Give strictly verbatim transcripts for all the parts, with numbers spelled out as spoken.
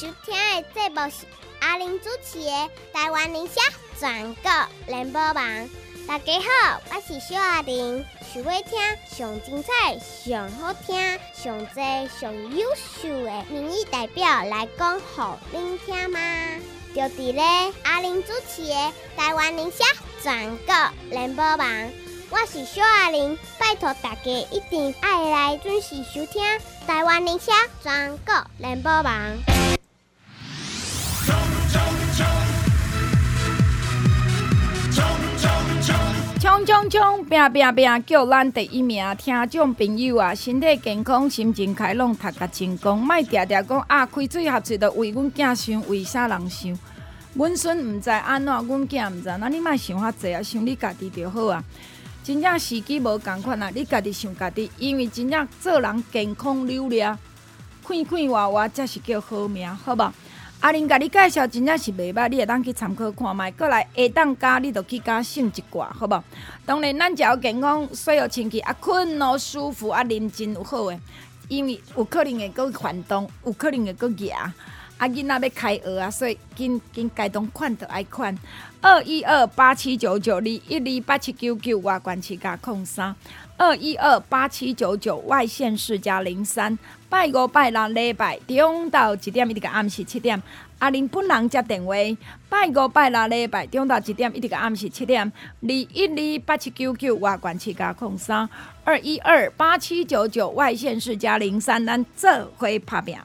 收听的节目是阿玲主持的台湾宁夏全国联播网。大家好，我是小阿玲，想要听上精彩、上好听、上多、上优秀的民意代表来讲给您听吗？就伫咧阿玲主持的台湾宁夏全国联播网。我是小阿玲，拜托大家一定要来准时收听台湾宁夏全国联播网。 冲冲冲，拼拼拼，叫咱第一名！听众朋友啊，身体健康，心情开朗，读甲成功，莫定定讲啊，开嘴合嘴，就为阮囝想，为啥人想？阮孙毋知安怎，阮囝毋知，那你莫想遐济啊，想你家己就好啊。真正时机无共款啊，你家己想家己，因为真正做人健康流利，快快活活才是叫好命，好无？阿玲甲你介绍真正是袂歹，你会当去参考看卖。过来下当加，你就去加省一寡，好无？当然，咱只要健康、洗好清气，啊困哦舒服，啊认真有好诶。因为有可能会阁反动，有可能会阁野。啊囡仔要开学啊，所以紧紧该当款就爱款。二一二八七九九二一二八七九九外关七加空三。二一二八七九九外县市加零三，拜五拜六礼拜中到一点一直到暗时七点，阿玲本人接电话，拜五拜六礼拜中到一点一直到暗时七点，二一二八七九九外关七加空三，二一二八七九九外县市加零三，咱做伙拍拼。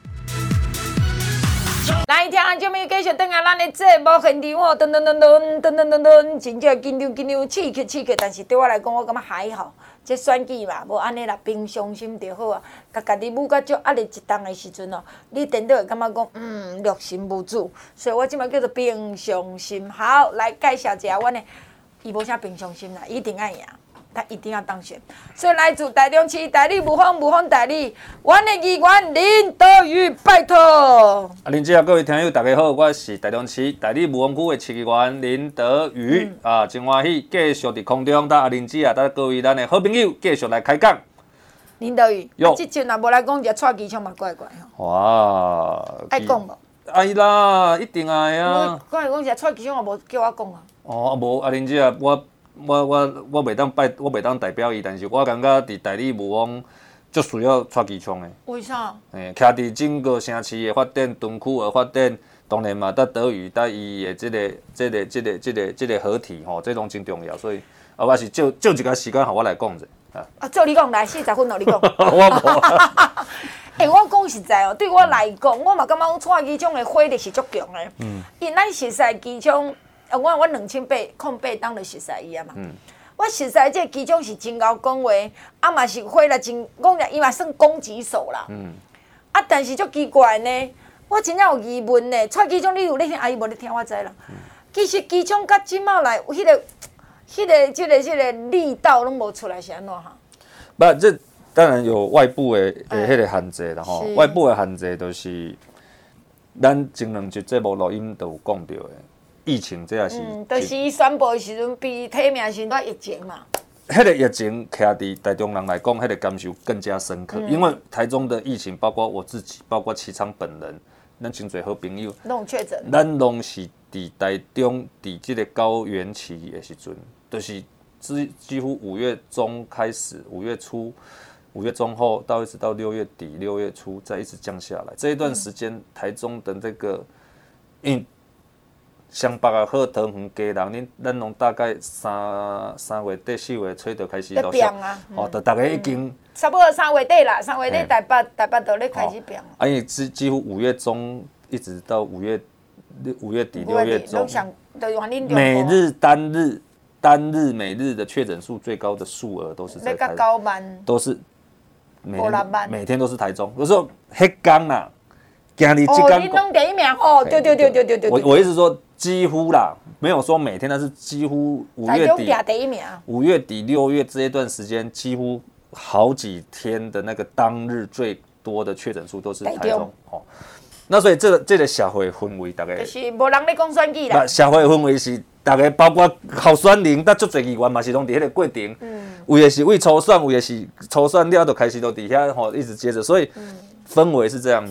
来听下，今日继续登下咱的节目现场哦，噔噔噔噔噔噔噔噔，真正紧张紧张，刺激刺激，但是对我来讲，我感觉还好。这选举嘛，无安尼啦，平常心就好啊。甲家己母甲足压力一重的时阵哦，你颠倒会感觉讲，嗯，略心无主，所以我即摆叫做平常心。好，来介绍一下阮的，伊无啥平常心啦，一定爱赢。他一定要当选，所以来自台中市代理无方无方代理，阮的议员林德宇，拜托。 啊，林姐啊，各位听友大家好，我是台中市代理无方区的市议员林德宇、嗯、啊，真欢喜继续伫空中，搭阿林姐啊，搭各位咱的好朋友继续来开讲。 林德宇，啊，即阵若无来讲，一个蔡其昌嘛怪怪吼。 哇， 爱讲无？ 爱啦，一定爱啊。 我讲讲一下蔡其昌也无叫我讲啊。 哦，无阿林姐啊，我。我我我袂当拜，我袂当代表伊，但是我感觉伫代理无方，足需要蔡其昌的。 为啥？ 诶，徛伫整个城市的发展、屯区的发展，当然嘛，搭德语、搭伊的即个、即个、即个、即个、即个合体吼，这拢真重要。所以，啊，我是借借一个时间，互我来讲者。啊， 啊，照你讲来，四十分互你讲。 我无。 诶，我讲实在哦，对我来讲，我嘛感觉蔡其昌的火力是足强的。嗯。因咱实在其昌。啊，我我两千八空八当就熟悉伊啊嘛。嗯、我熟悉这其中是真够讲话，啊嘛是火力真，讲了伊嘛算攻击手啦。嗯、啊，但是足奇怪呢，我真正有疑问呢。蔡其昌，你有咧听？阿姨无咧听，我知啦。嗯、其实其昌甲即马来，迄、那个、迄、那个、即、那个、即、那个力道拢无出来，是安怎哈？ 不，这当然有外部的诶，迄个限制啦吼。外部的限制就是，咱前两集节目录音都有讲到的。疫情这也是， 嗯，就是伊宣布的时阵，比提名时阵疫情嘛。 迄个疫情，徛伫台中人来讲，迄个感受更加深刻。嗯、因为台中的疫情，包括我自己，包括齐昌本人，咱真侪好朋友， 拢确诊。 咱拢是伫台中，伫即个高原期的时阵，就是几几乎五月中开始，五月初、五月中后，到一直到六月底、六月初，再一直降下来。这一段时间，嗯、台中的这个，因湘北啊，好桃园家人，恁咱拢大概三三月底四月初就开始落雪，哦，就大家已经、嗯、 差不多三月底啦，三月底台北台北就咧开始变。 啊，因为几几乎五月中一直到五月五月底六月中，每日单日单日每日的确诊数最高的数额都是在台中，都是每天每天都是台中，有时候迄天啦。今日这天， 哦，你弄第一名哦，对对对对对对。 我我意思说，几乎啦，没有说每天，但是几乎五月底，五月底六月这一段时间，几乎好几天的那个当日最多的确诊数都是台中哦。那所以这个这个社会氛围大概就是无人咧讲选举啦。 社会氛围是大概包括候选人，但足侪议员嘛是拢伫迄个过程，嗯，有的是为初选，有的是初选了就开始都底下吼一直接着，所以氛围是这样子。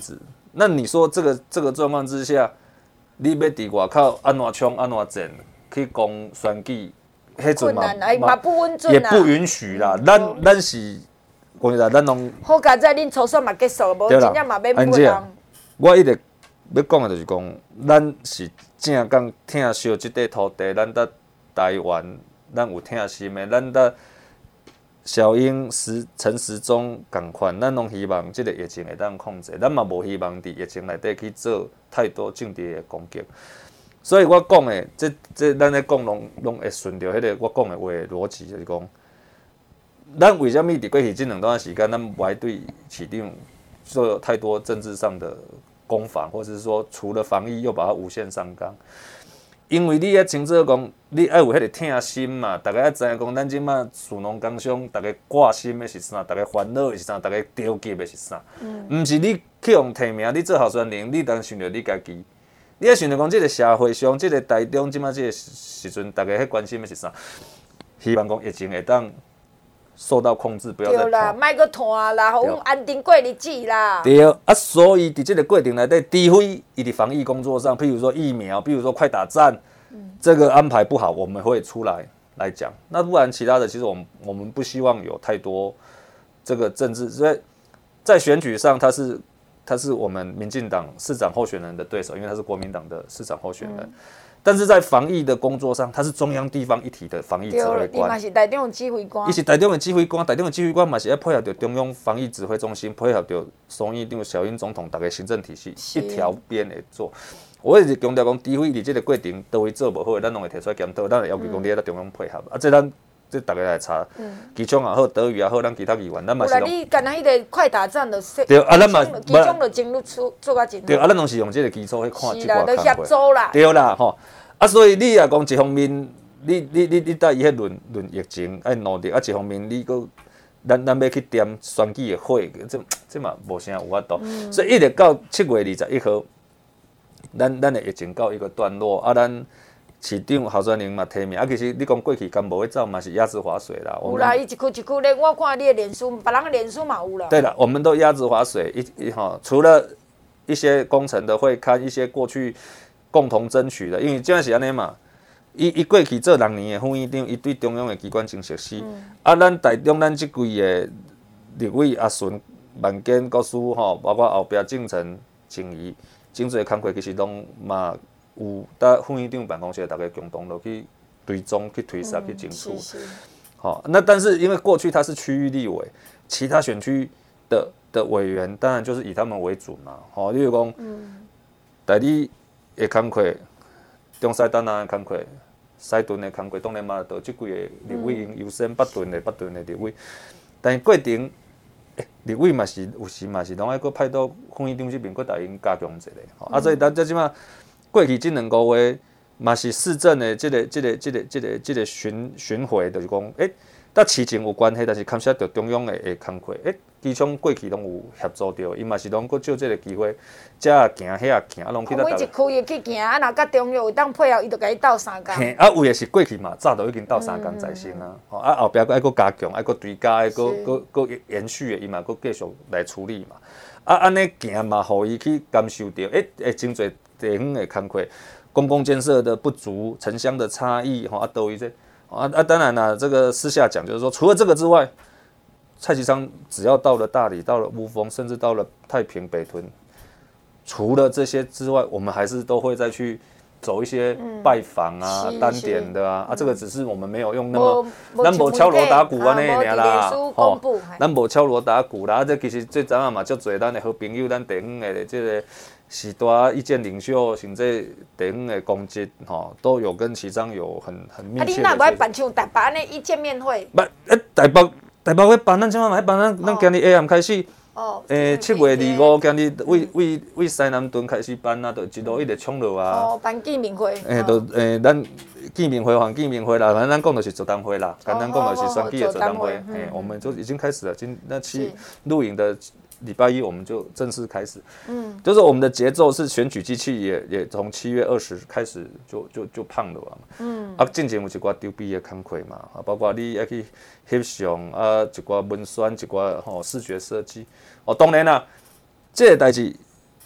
那你说这个这个状况之下，你要伫外口安怎冲安怎整去讲选举，迄阵嘛嘛不稳准也不允许啦。嗯、咱咱是，讲实在，咱拢好佳在恁初选嘛结束，无真正嘛免不人。 我一直要讲的就是讲，咱是正讲疼惜即块土地，咱伫台湾，咱有疼心的，咱伫小英、时陈时中共款，咱拢希望即个疫情会当控制，咱嘛无希望伫疫情内底去做太多政治的攻击。所以我讲的，这这咱咧讲拢拢会顺着迄个我讲的话的逻辑，就是讲，咱为什么伫过去这两段时间，咱不爱对市长做有太多政治上的攻防，或者是说除了防疫又把它无限上纲？因为你要清楚讲，你要有迄个疼心嘛，大家要知影讲，咱即马士农工商，大家挂心的是啥？大家烦恼的是啥？大家着急的是啥？嗯，毋是你去用提名，你做候选人，你当想着你家己，你要想着讲，即个社会上，即个台中即马即个时阵，大家迄关心的是啥？希望讲疫情会当受到控制，不要再对啦，莫阁拖啦，互阮安定过日子啦。 对啊，所以伫这个过程内底，除非伊伫防疫工作上，譬如说疫苗，譬如说快打战，嗯、这个安排不好，我们会出来来讲。那不然其他的，其实我们我们不希望有太多这个政治，所以在选举上，他是他是我们民进党市长候选人的对手，因为他是国民党的市长候选人。嗯，但是在防疫的工作上，他是中央地方一体的防疫指挥官， 伊嘛是台中的指挥官， 伊是台中的指挥官，台中的指挥官嘛是要配合着中央防疫指挥中心，配合着苏院长、小英总统大家行政体系一条边来做。我一直强调讲，除非伫这个过程倒位做无好，咱拢会提出来检讨，咱会要求讲你在中央配合。嗯、啊，这咱这大家来查，机枪也好，德语也好，咱其他议员，咱嘛是。 不然你干那迄个快打战的， 对啊，咱嘛机枪的精力做做甲真好。 对啊，咱拢是用这个基础去看这个工作。协助啦。 对啦，吼。啊，所以你也讲一方面，你你你你搭伊迄论论疫情爱努力，啊一方面你搁咱咱要去点选举的火，这这嘛无啥有法度。嗯、所以一直到七月二十一号，咱咱的疫情告一个段落，啊，咱市长候选人嘛提名，啊，其实你讲过去甘无去走嘛是鸭子划水啦。 有啦，伊一区一区咧，我看你的脸书，别人的脸书嘛有啦。 对啦，我们都鸭子划水，一一哈，除了一些工程的会看一些过去。共同争取的，因为这样是安尼嘛。伊伊过去做六年的副院长，伊对中央的机关真熟悉。嗯、啊，咱台中咱即几个立委阿顺、万坚、国书吼，包括后壁郑成、静怡，真侪工作其实拢嘛有搭副院长办公室，大家共同落去追踪、去推杀、去争取。好、嗯，那但是因为过去他是区域立委，其他选区的的委员当然就是以他们为主嘛。好，例如讲，嗯、台里。的工课，中西单南的工课，西屯的工课，当然嘛，就即几个立委用优先，北屯的北屯的立委。但是过程，欸、立委嘛是有时嘛是拢爱搁派到副院长这边，搁大因加强一下。嗯、啊，所以咱即马过去这两个月嘛是市政的这个、这个、这个、这个、这个巡巡回，就是讲，诶、欸，甲市情有关系，但是牵涉到中央的的工课，诶、欸。机枪过去拢有协助着，伊嘛是拢搁借这个机会，遮行遐行，啊，拢去到。每一区也去行，啊，若甲中央有当配合，伊就甲伊斗三工。 嘿，啊，有诶是过去嘛，早都已经斗三工在身啊，吼、嗯，啊后壁佫爱佫加强，爱佫追加，爱佫佫佫延续诶，伊嘛佫继续来处理嘛。啊，安尼行嘛，互伊去感受到，诶、欸，诶，真侪地方诶工课，公共建设的不足，城乡的差异，吼，啊，都有这，啊啊，当然啦，这个私下讲就是说，除了这个之外。蔡其昌只要到了大理，到了乌峰，甚至到了太平北屯，除了这些之外，我们还是都会再去走一些拜访啊、嗯、单点的啊，嗯、啊，这个只是我们没有用那么，咱无敲锣打鼓安尼尔啦，吼，咱无敲锣打鼓啦，啊，这其实最早啊嘛，足侪咱的好朋友，咱地方的这个时代意见领袖，甚至地方的公职，吼，都有跟其昌有很很密切的。啊，你哪不爱办像台北安尼一见面会？ 不，诶，台北。台北要办，咱即马嘛要办，咱咱今日下暗开始，诶，七月二五，今日为为为西南屯开始办啊，就一路一直冲落啊。 哦，办见面会。 诶，就诶，咱见面会还见面会啦，反正咱讲的是座谈会啦，简单讲的是选举的座谈会。诶，我们就已经开始了，今那期录影的礼拜一我们就正式开始。嗯，就是我们的节奏是选举机器也也从七月二十开始就就就胖了嘛。嗯。啊，进前有一寡丢逼的工课嘛，啊，包括你要去翕相啊，一寡文宣，一寡吼视觉设计。哦，当然啦，这个代志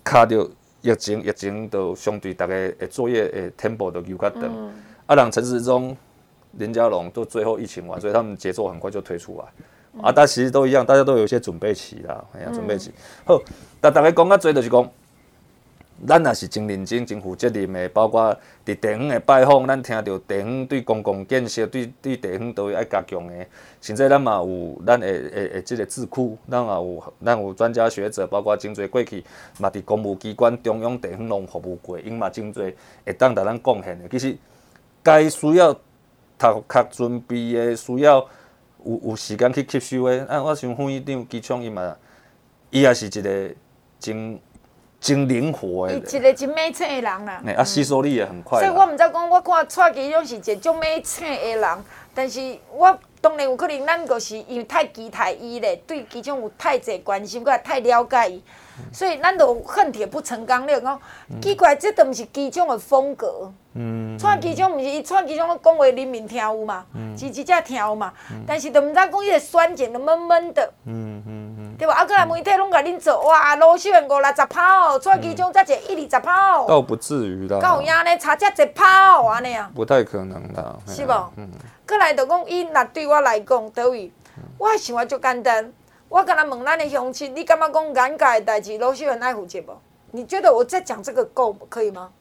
卡着疫情，疫情就相对大家的作业的 tempo 都有较长。嗯、啊，让陈时中、林佳龙都最后疫情完，所以他们节奏很快就推出来。嗯、啊，但其实都一样，大家都有一些准备期啦，哎呀，准备期。好，但大家讲较多就是讲。咱也是真认真、真负责任的，包括伫地方的拜访，咱听到地方对公共建设、对对地方都爱加强的。甚至咱嘛有咱的的的即个智库，咱也有咱有专家学者，包括真侪过去嘛伫公务机关、中央地方拢服务过，因嘛真侪会当甲咱贡献的。其实该需要读壳准备的，需要有有时间去吸收的。啊，我想副院长机场伊嘛，伊也是一个真。真灵活的， 伊一个真美醒的人啦。 欸、啊，吸收力也很快。 所以我毋知讲，我看蔡其忠是一个种美醒的人，但是我当然有可能，咱就是因为太期待伊咧，对其中有太侪关心，佮太了解伊，所以咱就恨铁不成钢了。讲奇怪，这都毋是其中的风格。嗯。蔡其忠毋是伊，蔡其忠讲话人民听有嘛，支持者听有嘛，但是都毋知讲伊个酸碱都闷闷的。嗯嗯。对吧？啊，过来媒体拢甲恁做，哇，卢秀燕五六十炮，蔡其忠才一一二十炮， 倒不至于啦。 够样呢，差遮一炮安尼啊？ 不太可能啦。 是无？嗯。过来就讲，伊若对我来讲，倒位，我想法足简单。我敢若问咱的乡亲，你感觉讲眼界的代志，卢秀燕爱负责无？你觉得我在讲这个够可以吗？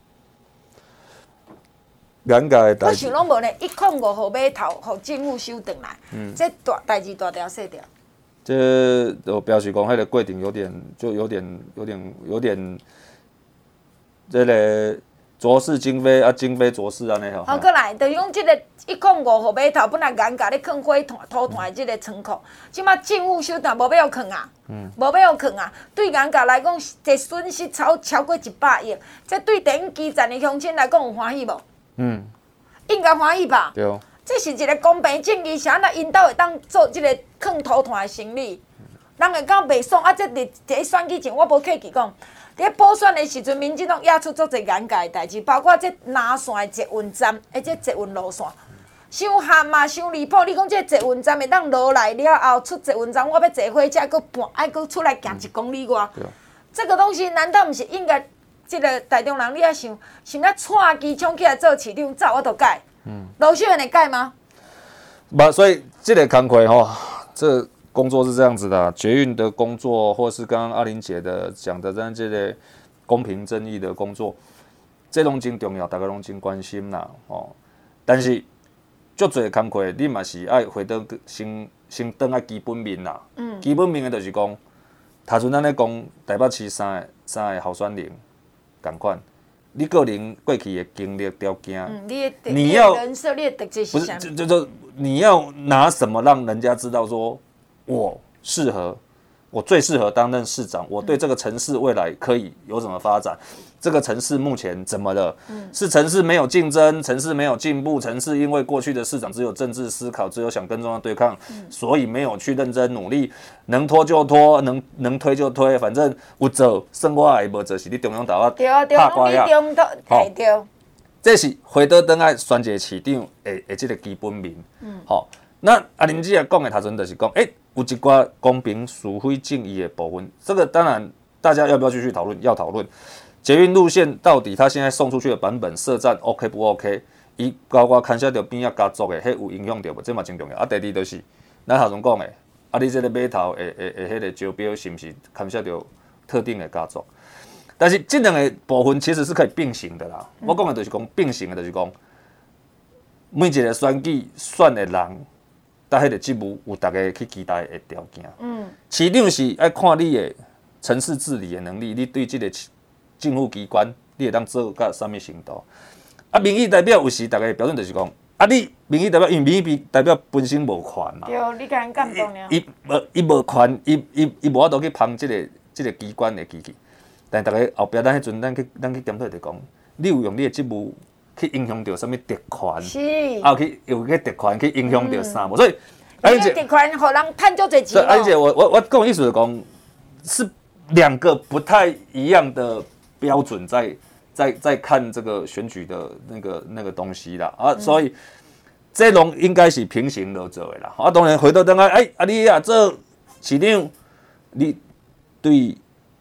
眼界的代志。 我想拢无呢，一控五号码头，互政府收转来，嗯，这大代志大条细条。 这就表示讲，迄个过程有点，就有点、有点、有点，这个浊世今非啊，今非浊世安尼吼。 好，过来，就用这个一控五号码头，本来眼甲咧放火炭、土炭的这个仓库，即马政府收单无要放啊，嗯，无要放啊。对眼甲来讲，这损失超超过一百亿，这对顶基层的乡亲来讲有欢喜无？嗯，应该欢喜吧？ 对。 这是一个公平正义，啥那因兜会当做这个放土炭的生意，人会讲袂爽啊！这伫伫选举前，我无客气讲，伫补选的时阵，民进党压出足侪眼界的代志，包括这南线的捷运站，而且捷运路线，伤咸嘛，伤离谱。你讲这捷运站会当落来了后出捷运站，我要坐火车搁半，爱搁出来行一公里外，这个东西难道毋是应该？这个台中人你要想，想要蔡其昌起来做市长，早我都改。嗯，卢秀燕会改吗？ 不，所以这个工作吼，这工作是这样子的，捷运的工作，或是刚刚阿玲姐的讲的咱这个公平正义的工作，这拢真重要，大家拢真关心啦，哦。但是，足侪工作你嘛是爱回到先先转啊基本面啦。嗯。基本面的就是讲，头阵咱咧讲台北市三个三个候选人，同款。你个人过去的经历条件， 嗯，你的你要人设、你的特质是啥？ 不是，就就你要拿什么让人家知道说，我适合，我最适合担任市长，我对这个城市未来可以有什么发展？这个城市目前怎么了？嗯、是城市没有竞争，城市没有进步，城市因为过去的市长只有政治思考，只有想跟中央对抗，嗯、所以没有去认真努力，能拖就拖，能能推就推，反正有做，剩我的无做是你中央台我拍瓜呀。好， 这是回到等来选一个市长的的这个基本面。嗯，好，那阿林姐讲的头阵就是讲，哎、欸，有一寡公平、属非正义的部分，这个当然大家要不要继续讨论？要讨论。捷运路线到底他现在送出去的版本设站 OK 不 OK？ 伊包括牵涉到边仔加速的，迄有影响到无？这嘛真重要。啊，第二就是咱头先讲的，啊，你这个码头的的的迄个招标是不是牵涉到特定的加速？但是这两个部分其实是可以并行的啦。嗯、我讲的就是讲并行的，就是讲每一个选举选的人，搭迄个职务有大家去期待的条件。嗯，市长是爱看你的城市治理的能力，你对这个政府机关，你会当做到什么程度？啊，民意代表有时大家的标准就是讲，啊，你民意代表，因为民意代表本身无权嘛。 对，你甲人感动了。 伊无伊无权，伊伊伊无法度去帮这个这个机关的机器。但大家后壁咱迄阵，咱去咱去检讨就讲，你有用你的职务去影响到什么特权？ 是。 啊，去用个特权去影响到啥无？所以， 而且特权互人趁足侪钱。 而且我我我讲意思就讲，是两个不太一样的标准在在在看这个选举的那个那个东西啦啊，所以这种应该是平行的做的啦。啊，当然回到等下，哎，啊你啊做市长，你对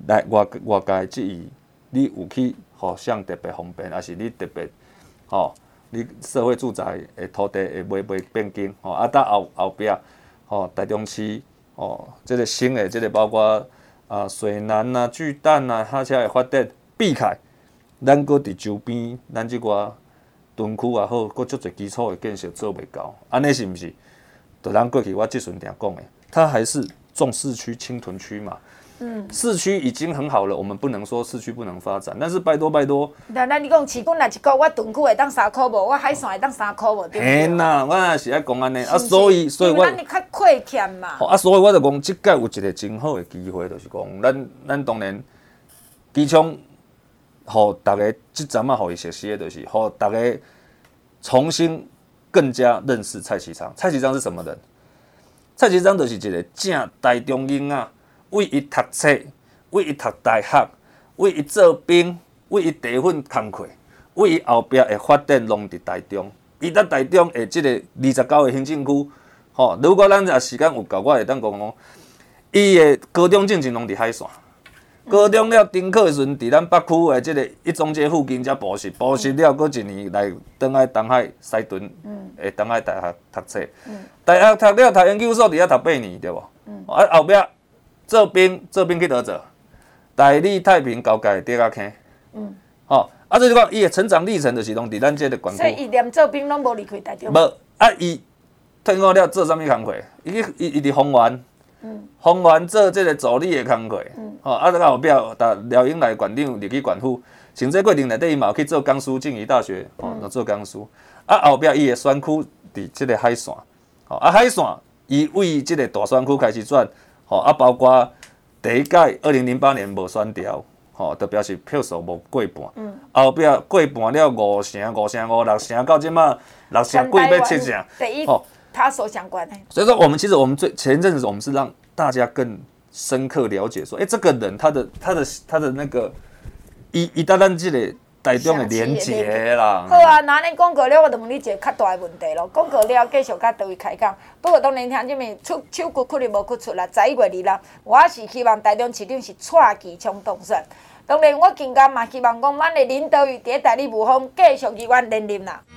来外外界质疑你有去互相特别方便，还是你特别吼、哦，你社会住宅的土地会卖卖变更吼，啊，到后后壁吼台中市哦，即、这个新的即个包括啊水南啊、巨蛋啊，它才会发展避开，咱搁伫周边，咱即个屯区也好，搁足侪基础的建设做袂到，安尼是毋是？就咱过去我即阵定讲的，它还是重市区、轻屯区嘛。嗯，市区已经很好了，我们不能说市区不能发展，但是拜托拜托。 那咱你讲市区若一个，我屯区会当三箍无，我海线会当三箍无，对不对？ 嘿呐，我也是爱讲安尼啊，所以所以我， 咱你较亏欠嘛。 啊，所以我就讲，即届有一个真好的机会，就是讲，咱咱当然机场，互大家即阵啊，互伊熟悉的，就是互大家重新更加认识蔡其昌。蔡其昌是什么人？蔡其昌就是一个正台中囡仔。为伊读册，为伊读大学，为伊做兵，为伊地粉工课，为伊后壁会发展拢伫台中。伊在台中的即个二十九个行政区，吼、哦，如果咱若时间有够，我会当讲讲，伊的高中进前拢伫海线。高中了丁考的时阵，伫咱北区的即个一中街附近才补习，补习了，过一年来倒来东海西屯，诶，东海大学读册。大学读了读研究所，伫遐读八年，对无？啊，后壁。做兵，做兵去倒做，台里太平交界第二坑。嗯。吼、哦，啊，就是讲伊的成长历程，就是拢伫咱这个县区。 所以伊连做兵拢无离开台中。 无，啊，伊退伍了做啥物工课？伊去伊伊伫丰原。嗯。丰原做这个助理的工课。嗯。吼、哦，啊，到后壁，达廖英来馆长入去管府，像这过程内底伊嘛有去做江苏静宜大学，吼、哦，做江苏。啊，后壁伊的选区伫即个海线。吼、哦，啊，海线伊为即个大选区开始转。吼、哦、啊，包括第一届二零零八年无选调，吼、哦，就表示票数无过半。嗯。后壁过半了五成、五成五、六成，到即马六成过要七成。 第一，哦，他所相关的。 所以说，我们其实我们最前一阵子，我们是让大家更深刻了解说，哎、欸，这个人他的他的他的那个伊伊搭咱即个台中的连结啦。 好啊，那恁广告了，我就问你一个较大的问题咯。广告了，继续甲倒位开讲。不过当然听即面出手骨可能无骨出啦。十一月二日，我是希望台中市长是蔡其昌当选。当然，我今天嘛希望讲，咱的领导于伫台里无风继续议员连任啦。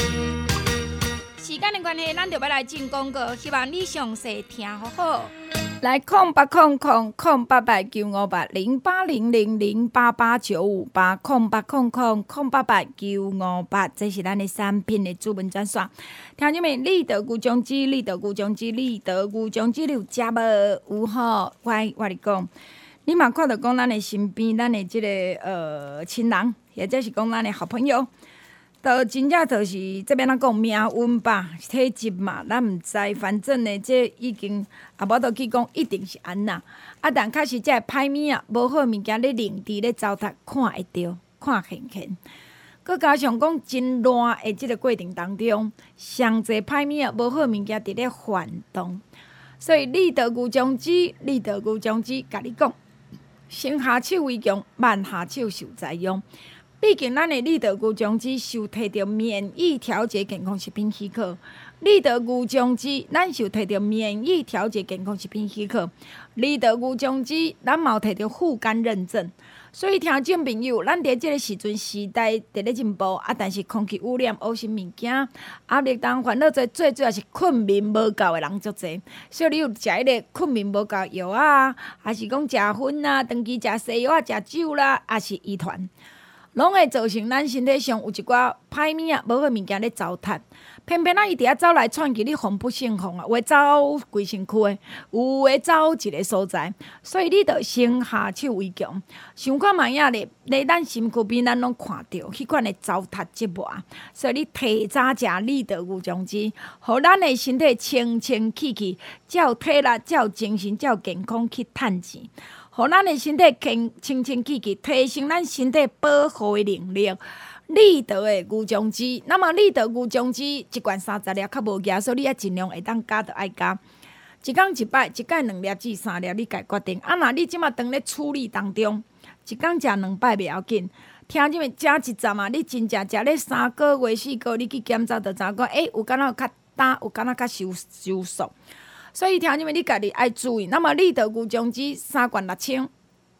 时间的关系，咱就要来进广告，希望你详细听好好。来，空八空空空八八九五八零八零零零八八九五八空八空空空八八九五八，这是咱的产品的主文专线。听见没？立德古种子，立德古种子，立德古种子，你有食无？有吼，我我你讲，你嘛看到讲咱的身边，咱的即、这个呃亲人，或者是讲咱的好朋友。都真正就是这边咱讲命运吧，体质嘛，咱毋知，反正呢，这已经也无得去讲，一定是安那。啊，但确实这歹物啊，无好物件咧，零伫咧糟蹋，看会着，看现现。佮加上讲真热的即个过程当中，上侪歹物啊，无好物件伫咧反动。所以立德古种子，立德古种子，甲你讲，先下手为强，慢下手受灾殃。毕竟，咱的立德古种子受摕到免疫调节健康食品许可。立德古种子，咱受摕到免疫调节健康食品许可。立德古种子，咱嘛有摕到护肝认证。所以，听众朋友，咱伫即个时阵时代伫咧进步啊，但是空气污染、恶心物件、压力重、烦恼最最主要是困眠无够的人足侪。所以，你有食迄个困眠无够药啊，还是讲食薰啊、长期食西药啊、食酒啦，还是遗传。拢会造成咱身体上有一寡歹物啊、无好物件咧糟蹋，偏偏咱伊伫遐走来窜去，你防不胜防啊！有诶走规身躯诶，有诶走一个所在，所以你着先下手为强。想看卖影咧，咧咱身躯边咱拢看到迄款诶糟蹋折磨，所以你提早食立德牛种子，互咱诶身体清清气气，才有体力，才有精神，才有健康去趁钱。互咱的身体清清清气气，提升咱身体保护的能力。立德的牛种子，那么立德牛种子一罐三十粒较无价，所以你也尽量会当加就爱加。一天一摆，一摆两粒至三粒，你家决定。啊，若你即马当咧处理当中，一天食两摆袂要紧。听即个食一站啊，你真正食咧三个月、四个月，你去检查就知影讲，诶、欸，有敢若较干，有敢若较收收缩。所以听你们，你家己爱注意。那么立德牛种子三罐六千，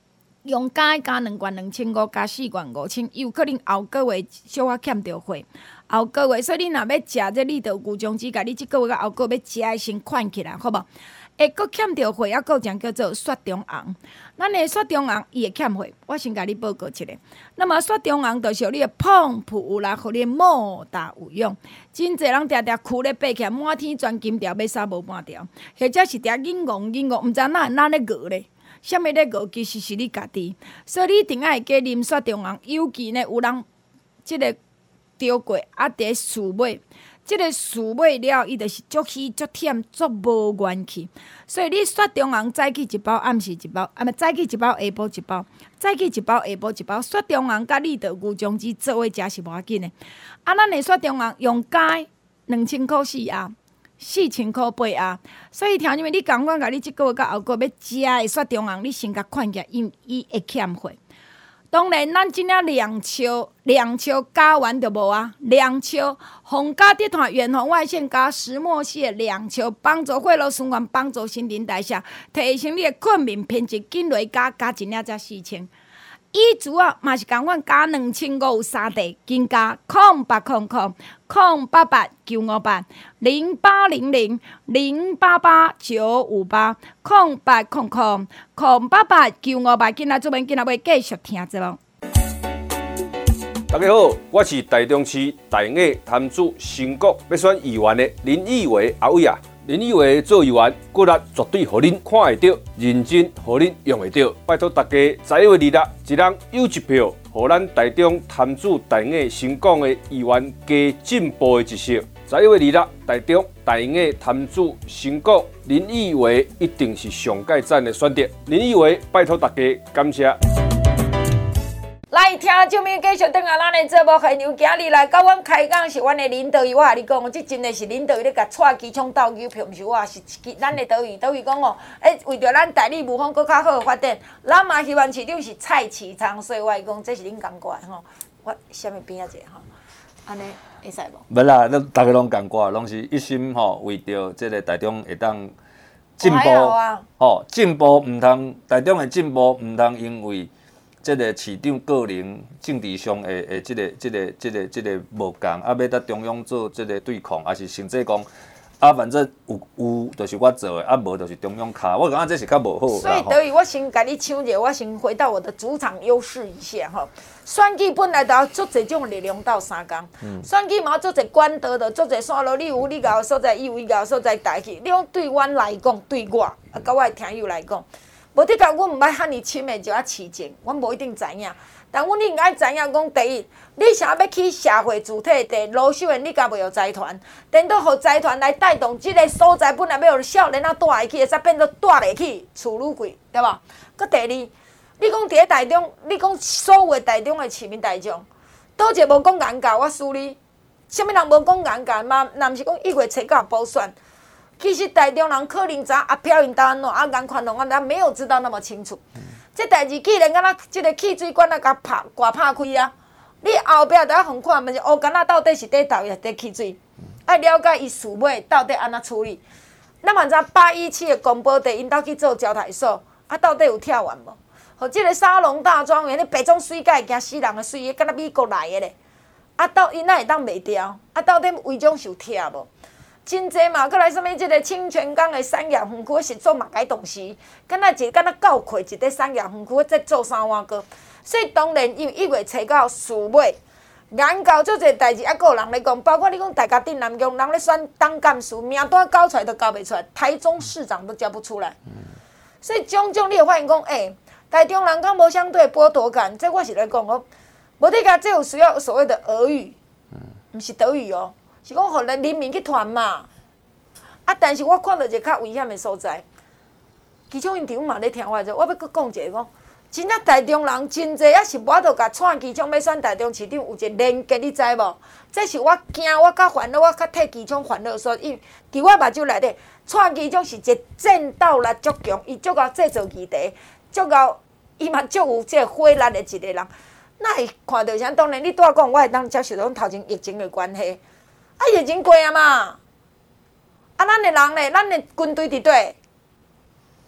用加加两罐两千五，加四罐五千，有可能后个月小可欠着货，后个月，所以你若要食这立德牛樟芝，甲你即个月到后个月要食的先款起来，好无？会阁欠着货，还阁有一种叫做雪中红。咱的雪中红伊会欠货，我先甲你报告一下。那么雪中红就是你的碰普有力，互你莫大有用。真侪人定定躯咧爬起来，满天钻金条，要杀无半条，或者是定硬戆硬戆，毋知哪哪咧饿咧。啥物咧饿，其实是你家己。所以你一定爱加啉雪中红，尤其呢有人即个着过啊，伫树尾。即个树尾了，伊就是足虚、足忝、足无元气。所以你雪中红早起一包，暗时一包，啊么早起一包，下晡一包，早起一包，下晡一包。雪中红甲立德牛樟芝做伙食是无要紧的。啊，咱的雪中红用加两千箍四盒，四千箍八盒。所以听你们，你共款甲你即个月到后个月要食的雪中红，你先甲款起来，因伊会欠货。当然，咱真正两笑两笑加完就无啊！两笑红加地团远红外线加石墨烯两笑，帮助血流循环，帮助新陈代谢，提升你的困眠品质。紧落加加一领才四千。伊主啊嘛是共款加两千五有三地，紧加空八空空空八八九五八零八零零零八八九五八空八空空空八八九五八，今仔做面今仔要继续听节目。 大家好，我是台中市大雅潭子新国要选议员的林义伟阿伟啊。林义伟做议员，骨力绝对互恁看会到，认真互恁用会到。拜托大家十一月二日，一人有一票，互咱台中潭子大雅新港的议员加进步的一色。十一月二日，台中大雅潭子新港林义伟一定是上界赞的选择。林义伟，拜托大家，感谢。 来听众朋友继续登下咱的节目，现场今日来甲阮开讲是阮的林德宇，我甲你讲，这真的是林德宇咧甲蔡其昌斗牛票，毋是我，是咱的德宇。德宇讲哦，诶，为着咱台里务方搁较好发展，咱嘛希望市长是蔡其昌，所以我讲这是恁共过来吼。我啥物边仔者吼，安尼会使无？ 无啦，咱大家拢共过，拢是一心吼，为着即个台中会当进步，吼进步毋通台中的进步毋通因为。即个市长个人政治上的的即个、即个、即个、即个无共，啊，要甲中央做即个对抗，啊是甚至讲，啊反正有有就是我做的，啊无就是中央卡，我感觉这是较无好啦。 所以等于我先甲你抢者，我先回到我的主场优势一下吼。选举本来就要足侪种力量斗相共，嗯、选举嘛足侪官德的，足侪线路，你有你搞所在，伊有伊搞所在带去。你讲对阮来讲，对我啊，甲我的听友来讲。无得讲，阮毋捌遐尼深的就要市情，阮无一定知影。但阮应该知影讲，第一，你想要去社会主体地罗秀燕，你敢袂有财团？等到互财团来带动，即个所在本来要有少年仔住会起，会使变做住袂起，厝愈贵，对无？佮第二，你讲伫咧台中，你讲所有的台中的市民大众，倒一个无讲眼教？我输你，啥物人无讲眼教嘛？若毋是讲一月初到补选。其实台中人可能知啊票因安怎啊眼宽拢安怎，没有知道那么清楚。嗯、这代志既然敢若即个汽水管啊，甲拍挂拍开啊，你后壁就要互看，毋是乌干仔到底是伫倒也伫汽水，爱了解伊事尾到底安怎处理。咱嘛知八一七的公保地因兜去做招台所，啊到底有跳完无？互即个沙龙大庄园，你白种水甲会惊死人的水，敢若美国来的咧，啊到因哪会当袂掉？啊到底违章是有跳无？真济嘛，搁来什物？即个清泉岗的产业园区是做嘛改动时，敢若一敢若教会一个产业园区在做三碗糕，所以当然因为一月初到四尾，眼高做侪代志，还佫有人咧讲，包括你讲大家顶南宫人咧选当干事，名单交出来都交袂出来，台中市长都交不出来，所以种种你会发现讲，诶、欸，台中人敢无相对剥夺感，这我是咧讲哦，无得甲这有需要所谓的俄语，毋是德语哦。是讲，互人民去团嘛，啊！但是我看到一个较危险的所在，其中因场嘛咧听我者，我要阁讲一个讲，真正台中人真济，也是我著甲蔡其昌要选台中市长有一个连结，你知无？这是我惊，我较烦恼，我较替其昌烦恼，所以伫我目睭内底，蔡其昌是一个战斗力足强，伊足够制造议题，足够，伊嘛足有即个火力的一个人。那会看到啥？当然，你拄仔讲，我会当接受到头前疫情的关系。啊，疫情过啊嘛，啊，咱的人咧，咱的军队伫底。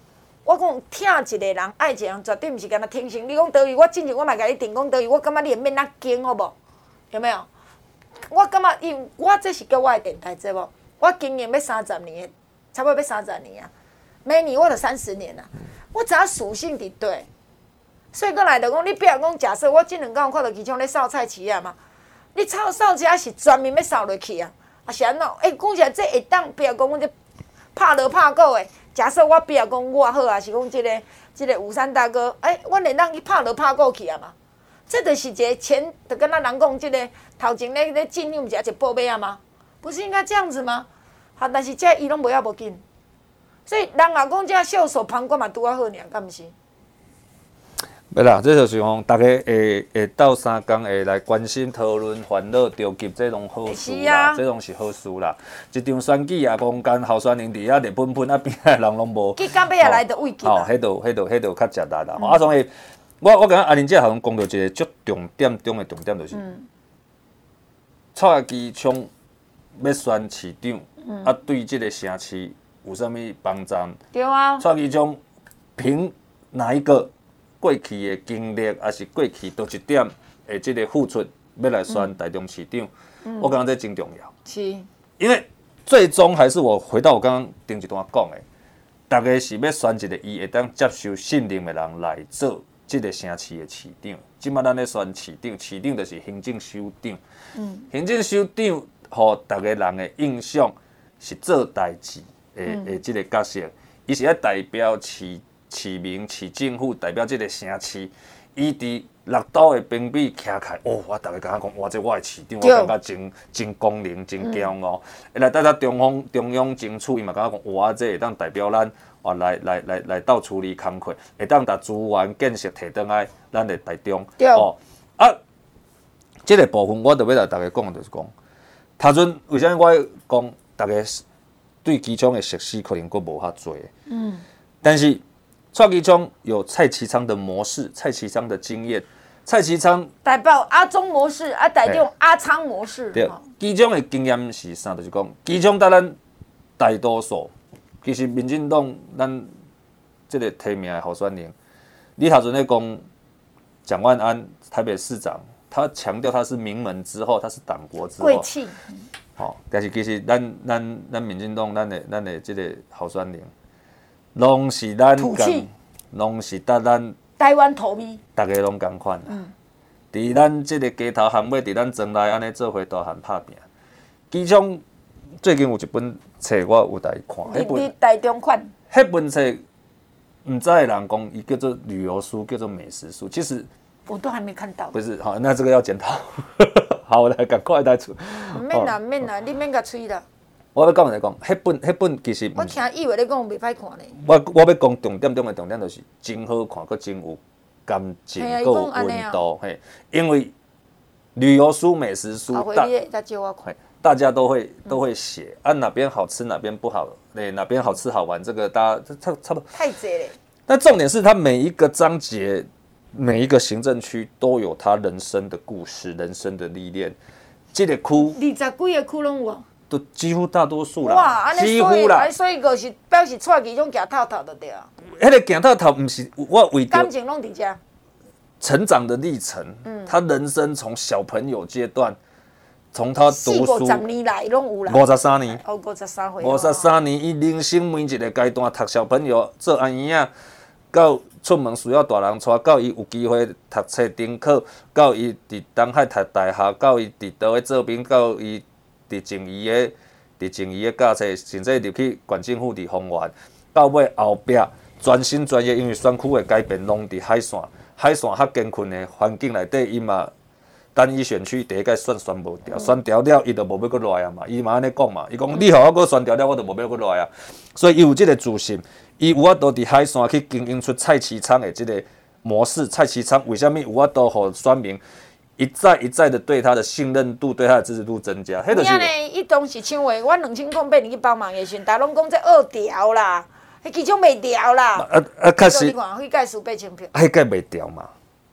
我讲疼一个人、爱一个人，绝对毋是干那天生。你讲倒位，我之前我嘛甲你定讲倒位，我感觉你免那惊，好无？有没有？我感觉，因为我这是叫我的电台节目，我经营要三十年，差不多要三十年啊。每年我就三十年啊，我知影属性伫对。所以过来就讲，你比如讲，假设我即两天有看到其中咧扫菜市啊嘛，你扫扫车是专门要扫落去啊，啊是安怎？哎、欸，讲起来这会当，比如讲，阮这拍锣拍鼓的。假设我比如讲我好啊，是讲即、这个即、这个吴三大哥，哎、欸，阮会当去拍锣拍鼓去啊嘛。这就是一个钱，就跟咱人讲，即、这个头前咧咧进入一一宝贝啊吗？不是应该这样子吗？好，但是这伊拢无要无紧，所以人也讲这袖手旁观嘛，拄啊好尔，敢毋是？ 袂啦，这就是讲，大家会会斗相共会来关心、讨论、烦恼、着急，这种好事啦，这种是好事啦。一场选举啊，公间候选人伫遐热喷喷啊，边仔人拢无。 结果尾啊来着畏急哦，迄度、迄度、迄度较食力啦。嗯、啊，所以，我我感觉阿玲姐好像讲到一个足重点中的重点，就是，嗯、蔡其昌要选市长，嗯、啊，对这个城市有啥物帮助？ 对啊。 蔡其昌凭哪一个？过去的经历，还是过去多一点的这个付出，要来选台中市长，嗯、我感觉这真重要。 是， 因为最终还是我回到我刚刚顶一段讲的，大家是要选一个伊会当接受信任的人来做这个城市的市长。即摆咱咧选市长，市长就是行政首长。嗯、行政首长，互大家人的印象是做代志的的这个角色，伊是要代表市。市民、市政府代表这个城市，伊伫六都的评比徛开，哦，我大家感觉讲，哇，这我的市长，我感觉真真光荣、真骄傲。来带到中央中央争取，伊嘛感觉讲，哇，这会当代表咱，哇，来来来来到处理工作，会当把资源建设摕倒来咱的台中。哦，啊，这个部分我特别来大家讲，就是讲，头阵为啥我讲大家对其中的熟悉可能佫无遐多。嗯，但是。蔡其昌有蔡其昌的模式，蔡其昌的经验，蔡其昌代表阿中模式，啊代表阿昌模式。 对，其中的经验是啥？就是讲，其中在咱大多数，其实民进党咱这个提名的候选人，你头阵咧讲蒋万安台北市长，他强调他是名门之后，他是党国之后， 贵气。 好、哦，但是其实咱咱咱民进党咱的咱的这个候选人。拢是咱共，拢是搭咱台湾土味， 大家拢共款。嗯，伫咱即个街头巷尾，伫咱庄内安尼做伙大汉拍拼。其中最近有一本册，我有来看。 你你台中款？ 迄本册，唔知的人讲伊叫做旅游书，叫做美食书。其实我都还没看到。 不是，好，那这个要检讨。好，我来赶快来出。 唔免啦，唔免啦，你免甲吹啦。 我要讲来讲，迄本迄本其实我听以为你讲袂歹看呢。 我我要讲重点中的重点就是真好看，佮真有感情，佮有温度。嘿，因为旅游书、美食书， 大大家都会都会写，啊哪边好吃哪边不好，对哪边好吃好玩，这个大家差差不多。 太贼了。 但重点是它每一个章节、每一个行政区都有他人生的故事、人生的历练。这个区， 二十几个区拢有。 都几乎大多数啦， 哇， 几乎啦， 所以就是表示蔡其昌行透透就对啊。 迄个行透透不是我为着感情拢伫遮， 成长的历程，嗯，他人生从小朋友阶段，从他读书， 五十年来拢有啦， 五十三年， 哦，五十三岁， 五十三年，伊人生每一个阶段，读小朋友做阿姨仔，到出门需要大人带，到伊有机会读册登考，到伊伫东海读大学，到伊伫倒位做兵，到伊。伫静宜的，伫静宜的教册，甚至入去县政府伫丰原，到尾后壁专心专业，因为选区的改变拢伫海线，海线较艰困的环境内底，伊嘛单一选区第一届选选无掉，选掉了伊就无要阁来啊嘛，伊嘛安尼讲嘛，伊讲你互我阁选掉了，我就无要阁来啊，所以伊有即个自信，伊有法度伫海线去经营出蔡其昌的即个模式，蔡其昌为虾米有法度互选民？一再一再的对他的信任度、对他的支持度增加。 你安尼，伊当时唱话，我两千零八年去帮忙的时，大家拢讲这二条啦，迄其中袂调啦。 啊啊，确实。 你看，迄届输八千票。 迄届袂调嘛，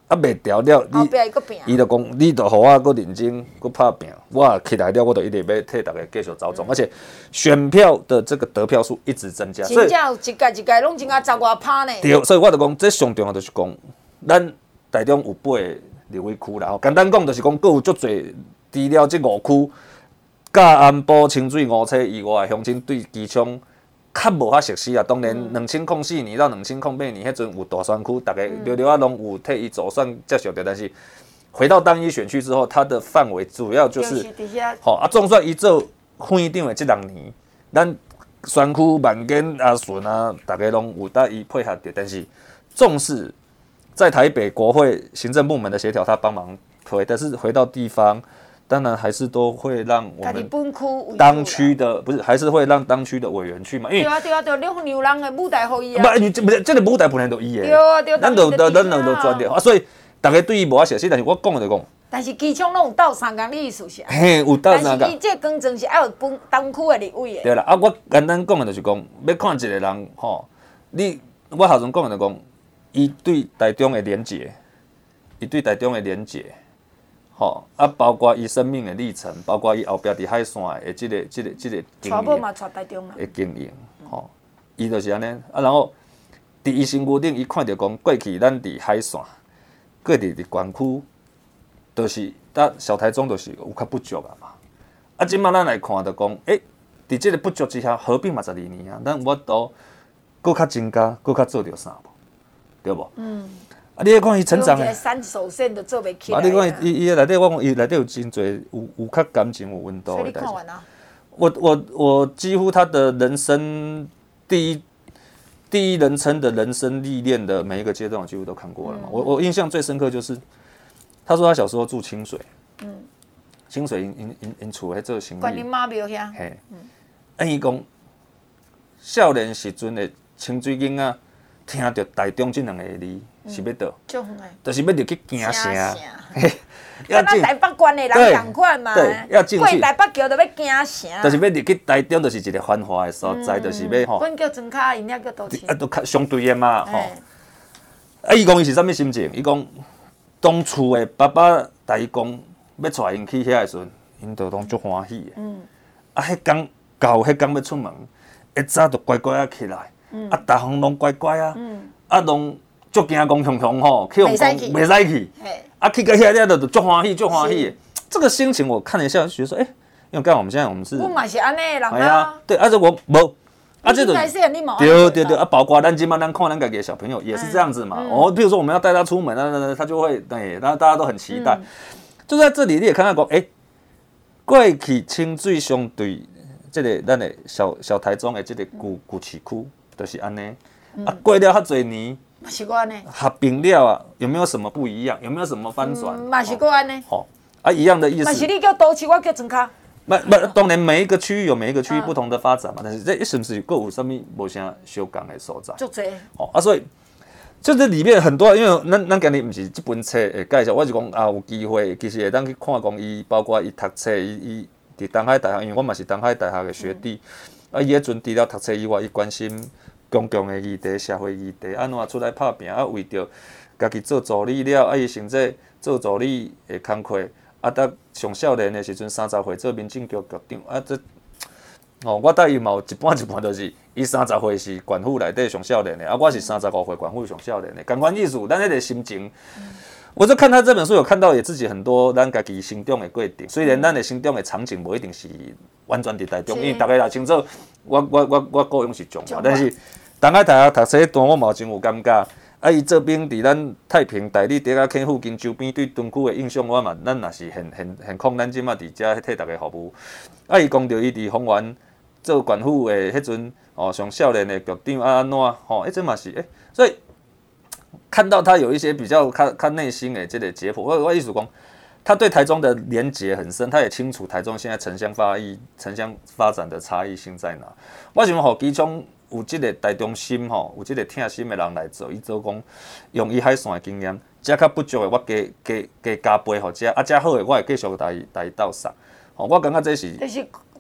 啊袂调了， 后壁伊搁拼， 伊就讲，你就互我搁认真，搁拍拼，我起来了，我就一定要替大家继续走总，而且选票的这个得票数一直增加，所以真正有一届一届拢真啊十外趴呢。 对，所以我就讲，这上重要就是讲，咱台中有八个立委区啦，简单讲就是讲，佫有足侪除了这五区，甲安保、清水、五车以外，乡亲对机场较无遐熟悉啊。当然，两千零四年到两千零八年，迄阵有大选区，大家聊聊啊，拢有替伊走算接受的。但是回到单一选区之后，它的范围主要就是，好、哦、啊，总算伊做县长的这两年，咱选区万间啊、顺啊，大家拢有带伊配合的。但是重视在台北国会行政部门的协调，他帮忙推，但是回到地方。当然还是都会让我们当区的不是，还是会让当区的委员去嘛，因为对啊对啊对啊，你牛人的舞台给伊啊， 不，你这不是这个舞台本来就伊的， 对啊对啊， 咱就咱咱就专业啊，所以大家对伊无遐熟悉，但是我讲的就讲， 但是机场拢有斗三工，你意思是？ 嘿，有斗三工， 但是伊这工程是爱有本当区的立委的。 对啦，啊，我简单讲的就是讲，要看一个人吼，你我头先讲的就讲，伊对台中的连结，伊对台中的连结。吼、哦、啊，包括伊生命的历程，包括伊后壁伫海线的即、这个、即、这个、即、这个经验， 全部嘛带台中啦。 的经验，吼，伊就是安尼啊。然后伫伊身躯顶，伊看着讲过去咱伫海线，过去伫关区，就是咱小台中就是有较不足啊嘛。啊，即摆咱来看着讲，诶、欸，伫即个不足之下，合并嘛十二年啊，咱我都搁较增加，搁较做着啥无，对无？嗯。啊！你咧看伊成长诶， 三手线都做袂起来。 啊！你看伊伊内底，我讲伊内底有真侪有有较感情、有温度诶代志。 我我我几乎他的人生第一第一人称的人生历练的每一个阶段，我几乎都看过了嘛。嗯、我我印象最深刻就是，他说他小时候住清水，嗯，清水因因因因厝喺做生意。 观音妈庙遐。 嘿，嗯，啊伊讲，少年时阵的清水囡仔。听到台中这两个字是要倒，就是要入去行城， 要进台北县的人同款嘛， 对，要进去。 台北桥就要行城， 就是要入去台中，就是一个繁华的所在，就是要吼。 阮叫庄卡，因遐叫倒市。 啊，都较相对的嘛，吼。啊，伊讲伊是啥物心情？伊讲当初的爸爸带伊讲要带因去遐的时阵，因就拢足欢喜的。嗯。啊，迄天到迄天要出门，一早就乖乖啊起来。嗯、啊，逐项拢乖乖啊，嗯、啊，拢足惊讲雄雄吼，去用讲袂使去，啊，去到遐遐就足欢喜，足欢喜的。这个心情我看了一下，就觉得说，哎、欸，因为刚好我们现在我们是， 我嘛是安尼的人啊， 对，啊，这我无，啊， 这种对对对，啊，包括咱今麦咱看咱家己的小朋友也是这样子嘛。哦、嗯，比如说我们要带他出门，那他就会，对，那大家都很期待。嗯、就在这里，你也看到讲，哎、欸，过去清水相对这个咱的小小台中的这个古古市区。就是安尼，嗯、啊，过了遐侪年， 嘛是安尼， 合并了啊，有没有什么不一样？有没有什么翻转？ 嘛、嗯、是安尼， 好、哦，啊，一样的意思。 嘛是你叫都市，我叫庄卡。 不不，当然每一个区域有每一个区域不同的发展嘛，啊、但是这是不是各有什么无啥相共的所在？ 足侪。 哦啊，所以就这里面很多，因为咱咱今日不是这本册会介绍，我是讲啊，有机会其实会当去看讲伊，包括伊读册，伊伊伫东海大学，因为我嘛是东海大学的学弟，嗯、啊，伊迄阵除了读册以外，伊关心。公共的议题、社会议题，安怎出来拍拼？啊，为着家己做助理了，啊，伊甚至做助理的工课，啊，得上少年的时阵，三十岁做民政局局长，啊，这哦，我带伊嘛有一半一半，就是伊三十岁是县府内底上少年的，啊，我是三十五岁县府上少年的，同款意思，咱迄个心情。嗯、我就看他这本书，有看到也自己很多咱家己成长的过程。虽然咱的成长的场景无一定是完全伫台中，因为大家也清楚，我我我我高雄是中嘛，但是东海大学读册迄段我嘛真有感觉。啊，伊这边伫咱太平台里底啊坑附近周边对屯区的印象，我嘛咱也是很很很空，咱即马伫遮替大家服务。啊，伊讲到伊伫丰原做县府的迄阵，哦，上少年的局长啊安怎吼，迄阵嘛是诶，所以看到他有一些比较看看内心的这个解剖，我我意思讲，他对台中的连结很深，他也清楚台中现在城乡发育、城乡发展的差异性在哪。我想吼，其中有这个台中心吼，有这个疼心的人来做，伊做讲用伊海线的经验，遮较不足的我加加加加倍互遮，啊遮好的我会继续带带伊斗上。吼，我感觉这是。 就是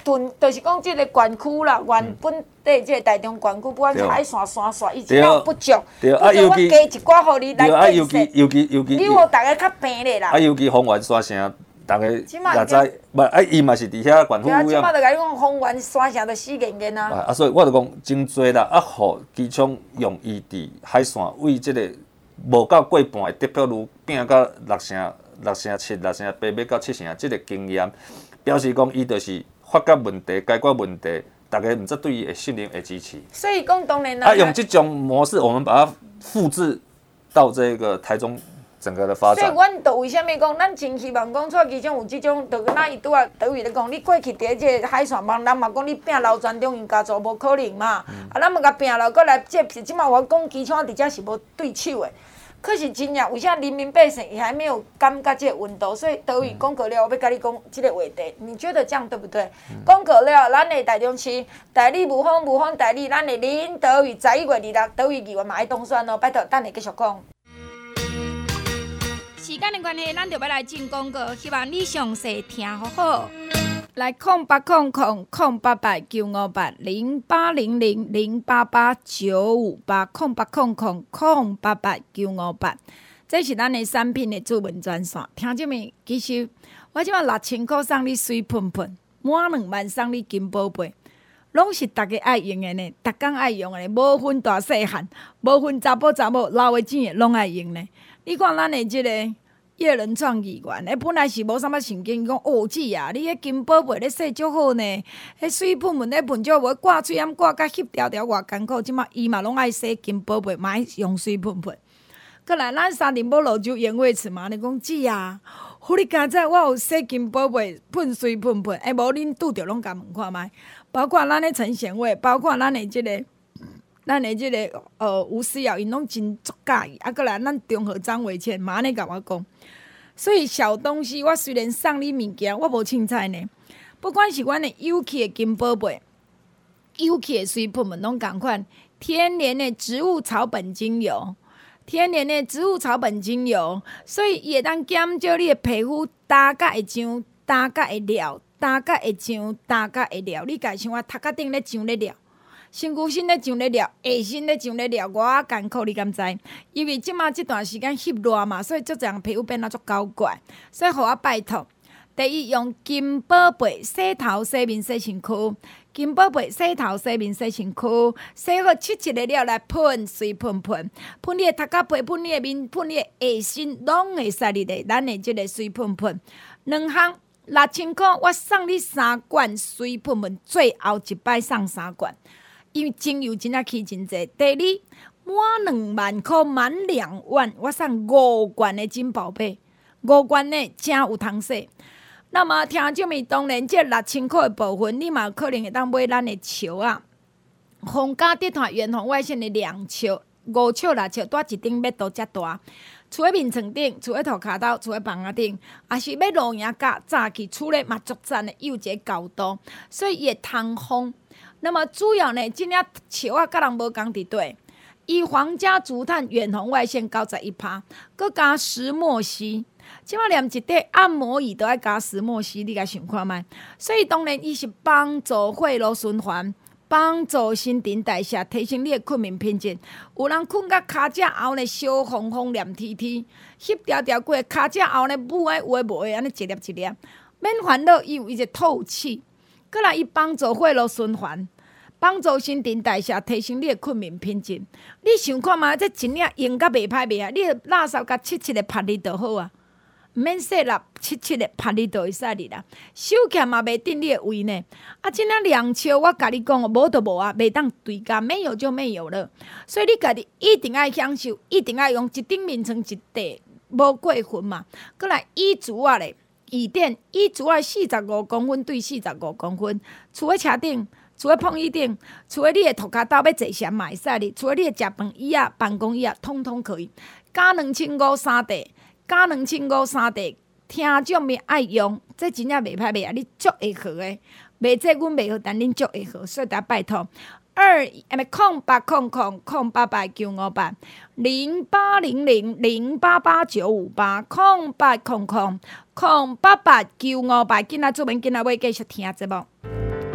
屯，就是讲即个园区啦，原本地即个台中园区，不管是海线、山线，伊真有不足， 对啊，尤其加一寡互你来建设。尤其尤其你有大家较平咧啦。 啊，尤其丰原山城，大家也知，无啊，伊嘛是伫遐管护污染。 污即摆就甲你讲，丰原山城就死严严啊。 啊，所以我就讲真侪啦，啊，互机场用伊伫海线为即个无到过半的得票率变到六成、六成七、六成八，要到七成，即个经验表示讲伊就是发觉问题、解决问题，大家毋则对伊会信任、会支持。 所以讲当然啦。 啊，用这种模式，我们把它复制到这个台中。整个的发展， 所以阮就为虾米讲，咱真希望讲，蔡机长有即种，就敢若伊拄啊倒位咧讲，你过去伫即个海线网，人嘛讲你拼楼全中因家族无可能嘛，嗯、啊，咱嘛甲拼楼，过来即是即马我讲机场伫遮是无对手的，可是真正为啥人民百姓也还没有感觉即个温度？所以倒位讲过了，我要甲你讲即个话题，你觉得这样对不对？讲过了，咱的台中市代理无风无风代理，咱的林倒位十一月二六倒位议员嘛爱当选哦，拜托，等下继续讲。时间的关系，咱就要来进广告，希望你详细听好好。来，空八空空空八八九五八零八零零零八八九五八空八空空空八八九五八，这是咱的产品的主文专线。听众们，其实我即马六千块送你水喷喷，满两万送你金宝贝，拢是大家爱用的呢，逐工爱用的呢，无分大细汉，无分查甫查某，老的钱的拢爱用呢。你看咱的即个叶人创议员，诶，本来是无啥物神经，伊讲哦姊啊，你迄金宝贝咧洗足好呢，迄水喷喷咧喷足无，挂嘴烟挂甲翕条条偌艰苦，即马伊嘛拢爱洗金宝贝，嘛爱用水喷喷。过来，咱三林堡路州盐味池嘛，你讲姊啊，互你今仔我有洗金宝贝喷水喷喷，诶，无恁拄着拢甲问看觅，包括咱的陈贤伟，包括咱的即、這个。咱的即、這个呃吴思瑶，因拢真足介意，啊，过来咱中和张伟倩嘛安尼甲我讲，所以小东西我虽然送你物件，我无凊彩呢。不管是阮的有气的金宝贝，有气的水喷喷拢共款，天然的植物草本精油，天然的植物草本精油，所以伊会当减少你的皮肤焦甲会痒，焦甲会撩，焦甲会痒，焦甲会撩，你家像我头壳顶咧痒咧撩。身躯身咧上咧了，下身咧上咧了，偌艰苦，你敢知？因为即马即段时间翕热嘛，所以足侪人皮肤变啊足搞怪，所以互我拜托，第一用金宝贝洗头、洗面、洗身躯，金宝贝洗头、洗面、洗身躯，洗好七七的了来喷水喷喷，喷你的头壳皮，喷你的面，喷你的下身，拢会使你的咱的即个水喷喷，两项六千块，我送你三罐水喷喷，最后一摆送三罐。因为精油真正起真济，第二满两万块，满两万，我送五罐的金宝贝，五罐的真有通洗。那么听众们，当然这六千块的部分，你嘛有可能会当买咱的树啊，皇家地毯远红外线的两树、五树、六树，带一顶要都遮大。厝诶面床顶，厝诶涂骹斗，厝诶房仔顶，也是要露营架早起厝咧嘛足赞的，有一个高度，所以伊会通风。那么主要呢，即领树啊，甲人无共伫对，以皇家竹炭远红外线九十一趴，佮加石墨烯。即摆连一块按摩椅都爱加石墨烯，你甲想看觅？所以当然伊是帮助血路循环，帮助新陈代谢，提升你的睡眠品质。有人困到骹只后呢，烧烘烘黏贴贴，翕条条过骹只后呢，母诶有诶无诶，安尼一粒一粒，免烦恼，伊有伊个透气。过来，伊帮助血路循环，帮助新陈代谢，提升你的睡眠品质。你想看嘛？这一领用甲袂歹袂啊？你垃圾甲七七的拍你就好啊，毋免洗啦，七七的拍你就会使你啦。手起嘛袂顶你的胃呢。啊，这领两笑我甲你讲哦，无就无啊，袂当对价，没有就没有了。所以你家己一定爱享受，一定爱用一顶面床一地，无过分嘛。过来椅子啊咧。椅垫椅子啊，四十五公分对四十五公分，厝诶车顶，厝诶碰椅顶，厝诶你诶涂骹斗要坐啥嘛会使哩，厝诶你诶食饭椅啊、办公椅啊，通通可以。加两千五三地，加两千五三地，听众们爱用，这真正袂歹袂啊，你足会好诶，袂这阮袂好，但恁足会好，所以大家拜托。二哎，空八空空空八八九五八零八零零零八八九五八空八空空空八八九五八，今仔做文今仔要继续听节目。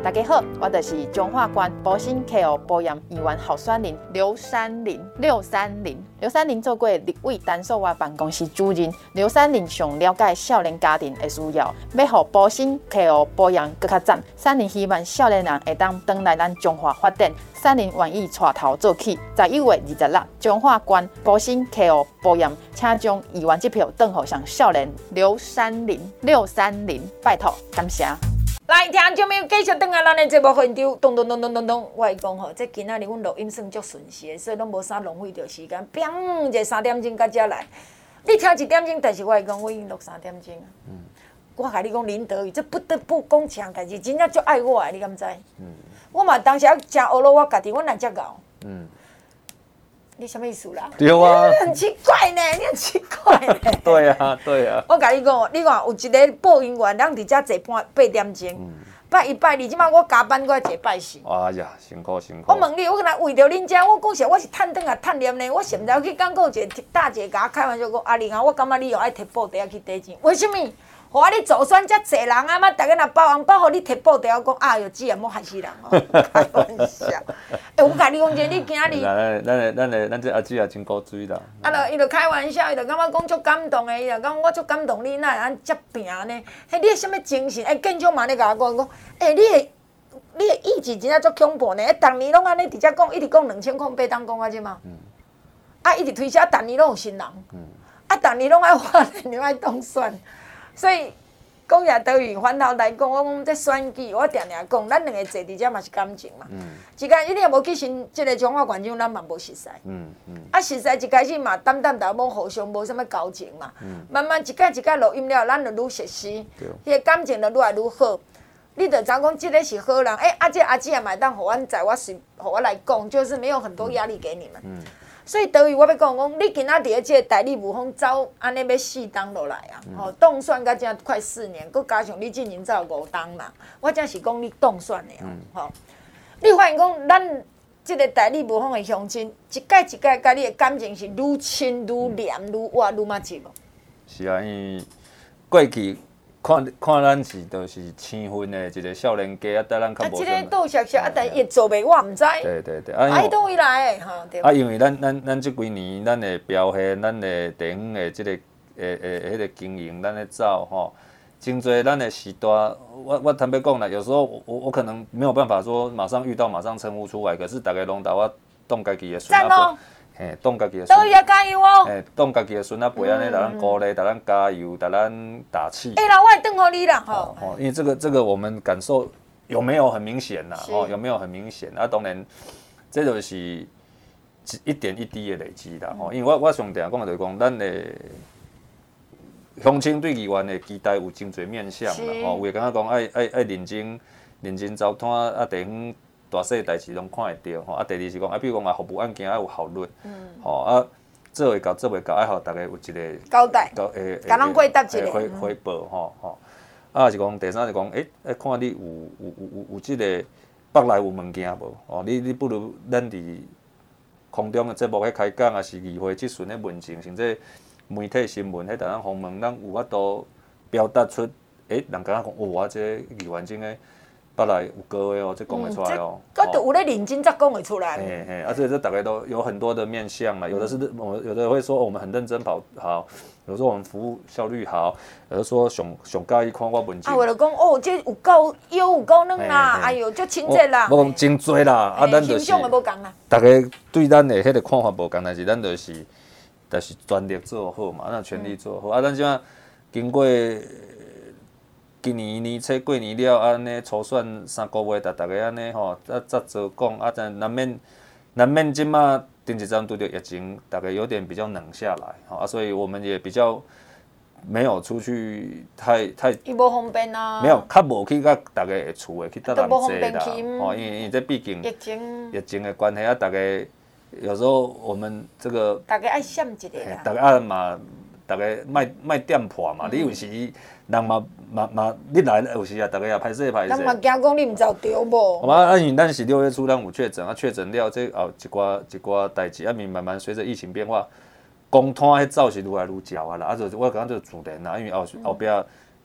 大家好，我就是中华关保心 K O 保养议员候选人刘三林。刘三林，刘三林做过立委单数外办公室主任。刘三林上了解少年家庭的需要，要让保心 K O 保养更较赞。三林希望少年人会当回来咱中华发展。三林愿意带头做起。十一月二十六，中华关保心 K O 保养，请将议员这票转互上少年刘三林。刘三林，拜托，感谢。 来，听众朋友继续等下咱的节目现场，咚咚咚咚咚咚。我会讲吼，这今仔日阮录音算足顺序的，所以拢无啥浪费着时间。砰，一三点钟到遮来，你听一点钟，但是我会讲，我已经录三点钟啊。嗯。我甲你讲林德宇，这不得不讲强，但是真正足爱我的，你敢知？嗯。我嘛当时啊，真学了我家己，我哪遮搞？嗯。你什么意思啦？ 对啊。 很奇怪呢，你很奇怪呢。 对啊，对啊。 我甲你讲，你看有一个报音员，咱伫遮坐半八点钟，嗯、拜一拜二，即摆我加班，我坐拜四。 哎呀，辛苦辛苦。 我问你，我若为着恁遮，我讲实，我是趁顿啊趁念呢。我甚至去讲过一个大姐甲我开玩笑讲，阿玲啊，我感觉你又爱摕布袋去抵钱，为什么？互啊！你做选遮济人啊嘛，大家若包红包，互你摕布袋，我讲啊哟，姊也莫害死人哦，开玩笑。哎，我甲你讲者，你今仔日， 咱咱咱咱咱这阿姊也真古锥啦。 啊，就伊就开玩笑，伊就感觉讲足感动的，伊就讲我足感动你，哪会安遮拼呢？迄你什么精神？哎，建中嘛咧甲我讲讲，哎，你的你的意志真正足恐怖呢！哎，逐年拢安尼直接讲，一直讲两千块八当讲啊，即嘛。嗯。啊，一直推销，逐年拢有新人。嗯。啊，逐年拢爱换，又爱当选。所以讲也对于反头来讲，我讲这选举，我定定讲，咱两个坐伫遮嘛是感情嘛。嗯。一开始你也无去寻即个中华县长，咱嘛无熟识。嗯嗯。啊，熟识一开始嘛，淡淡淡无互相无啥物交情嘛。嗯。慢慢一届一届录音了，咱就愈熟悉，迄个感情就愈来愈好。你就知讲，即个是好人。哎、欸，啊，这阿姊也嘛当互阮在我随，互我来讲，就是没有很多压力给你们。嗯。所以等于我要讲讲，你今仔日伫即个台立无风走，安尼要四档落来啊！吼、嗯，当选到正快四年，佮加上你今年才有五档嘛，我正是讲你当选的哦。吼、嗯，你发现讲咱即个台立无风的乡亲，一届一届甲你的感情是愈亲愈黏愈活愈密切无？ 是啊，因为过去看看咱是就是青训的一个少年家，啊，带咱较无。啊， 即个倒熟熟，啊，但伊做袂，我毋知。 对对对，啊， 伊倒位来的，吼，对。 啊，因为咱咱咱即几年，咱的表现，咱的地方的即、这个诶诶，迄个经营，咱的走吼，真侪咱的时代，我我坦白讲啦，有时候我我我可能没有办法说马上遇到，马上称呼出来，可是大家拢甲我当家己的孙仔辈，嘿，当家己的孙。 都要加油哦！ 嘿，当家己的孙仔辈安尼，甲咱鼓励，甲咱加油，甲咱打气。 哎啦，我会等候你啦，吼。 哦，因为这个这个我们感受有没有很明显呐？哦，有没有很明显？啊，当然，这就是一点一滴的累积啦。哦，因为我我上定讲就是讲，咱的乡亲对议员的期待有真侪面向啦。哦，有诶感觉讲爱爱爱认真认真走摊啊，地方大细代志拢看会到。吼，啊，第二是讲啊，比如讲啊，服务案件爱有效率。嗯。吼啊。做会到做袂到，爱互大家有一个交代， 诶， 甲咱回答一个回回报吼吼。啊，是讲第三是讲，诶、欸，看你有有有有有即个北内有物件无？哦，你你不如咱伫空中的节目迄开讲，啊是议会即阵的文情，甚至媒体新闻迄逐咱访问，咱有法度表达出，诶、欸，人感觉讲，哇，这议员真诶。北内有高的哦，这讲会出来哦。 佮就有咧认真才讲会出来。 嘿嘿，而且这大概都有很多的面向啦，有的是我有的会说我们很认真跑好，有的说我们服务效率好，有的说上上介意看我文章。 啊，为了讲哦，这有够腰有够软啦，哎呦，足亲切啦。 我讲真多啦，啊，咱就是。 形象也无共啦。 大家对咱的迄个看法无共，但是咱就是，就是专力做好嘛，咱全力做好。啊，咱即马经过。今年年初过年了，安尼初选三个月，逐大家安尼吼，才才做讲，啊，但难免难免即马顶一站拄着疫情，大家有点比较冷下来，吼啊，所以我们也比较没有出去太太。 伊无方便啊。 没有，较无去甲大家的厝诶去搭人坐啦，吼，因为因为这毕竟疫情疫情的关系啊，大家有时候我们这个大家爱闪一下啦， 大家啊嘛。大家卖卖店破嘛，嗯、你有时人嘛嘛嘛，你来有时啊，大家也歹势歹势。 人嘛惊讲你毋知有对无？ 啊，啊，因为咱是六月初咱有确诊，啊确诊了，这后一寡一寡代志，啊，面慢慢随着疫情变化，公摊迄走是愈来愈少啊啦，啊，就我感觉就自然啦，因为后后壁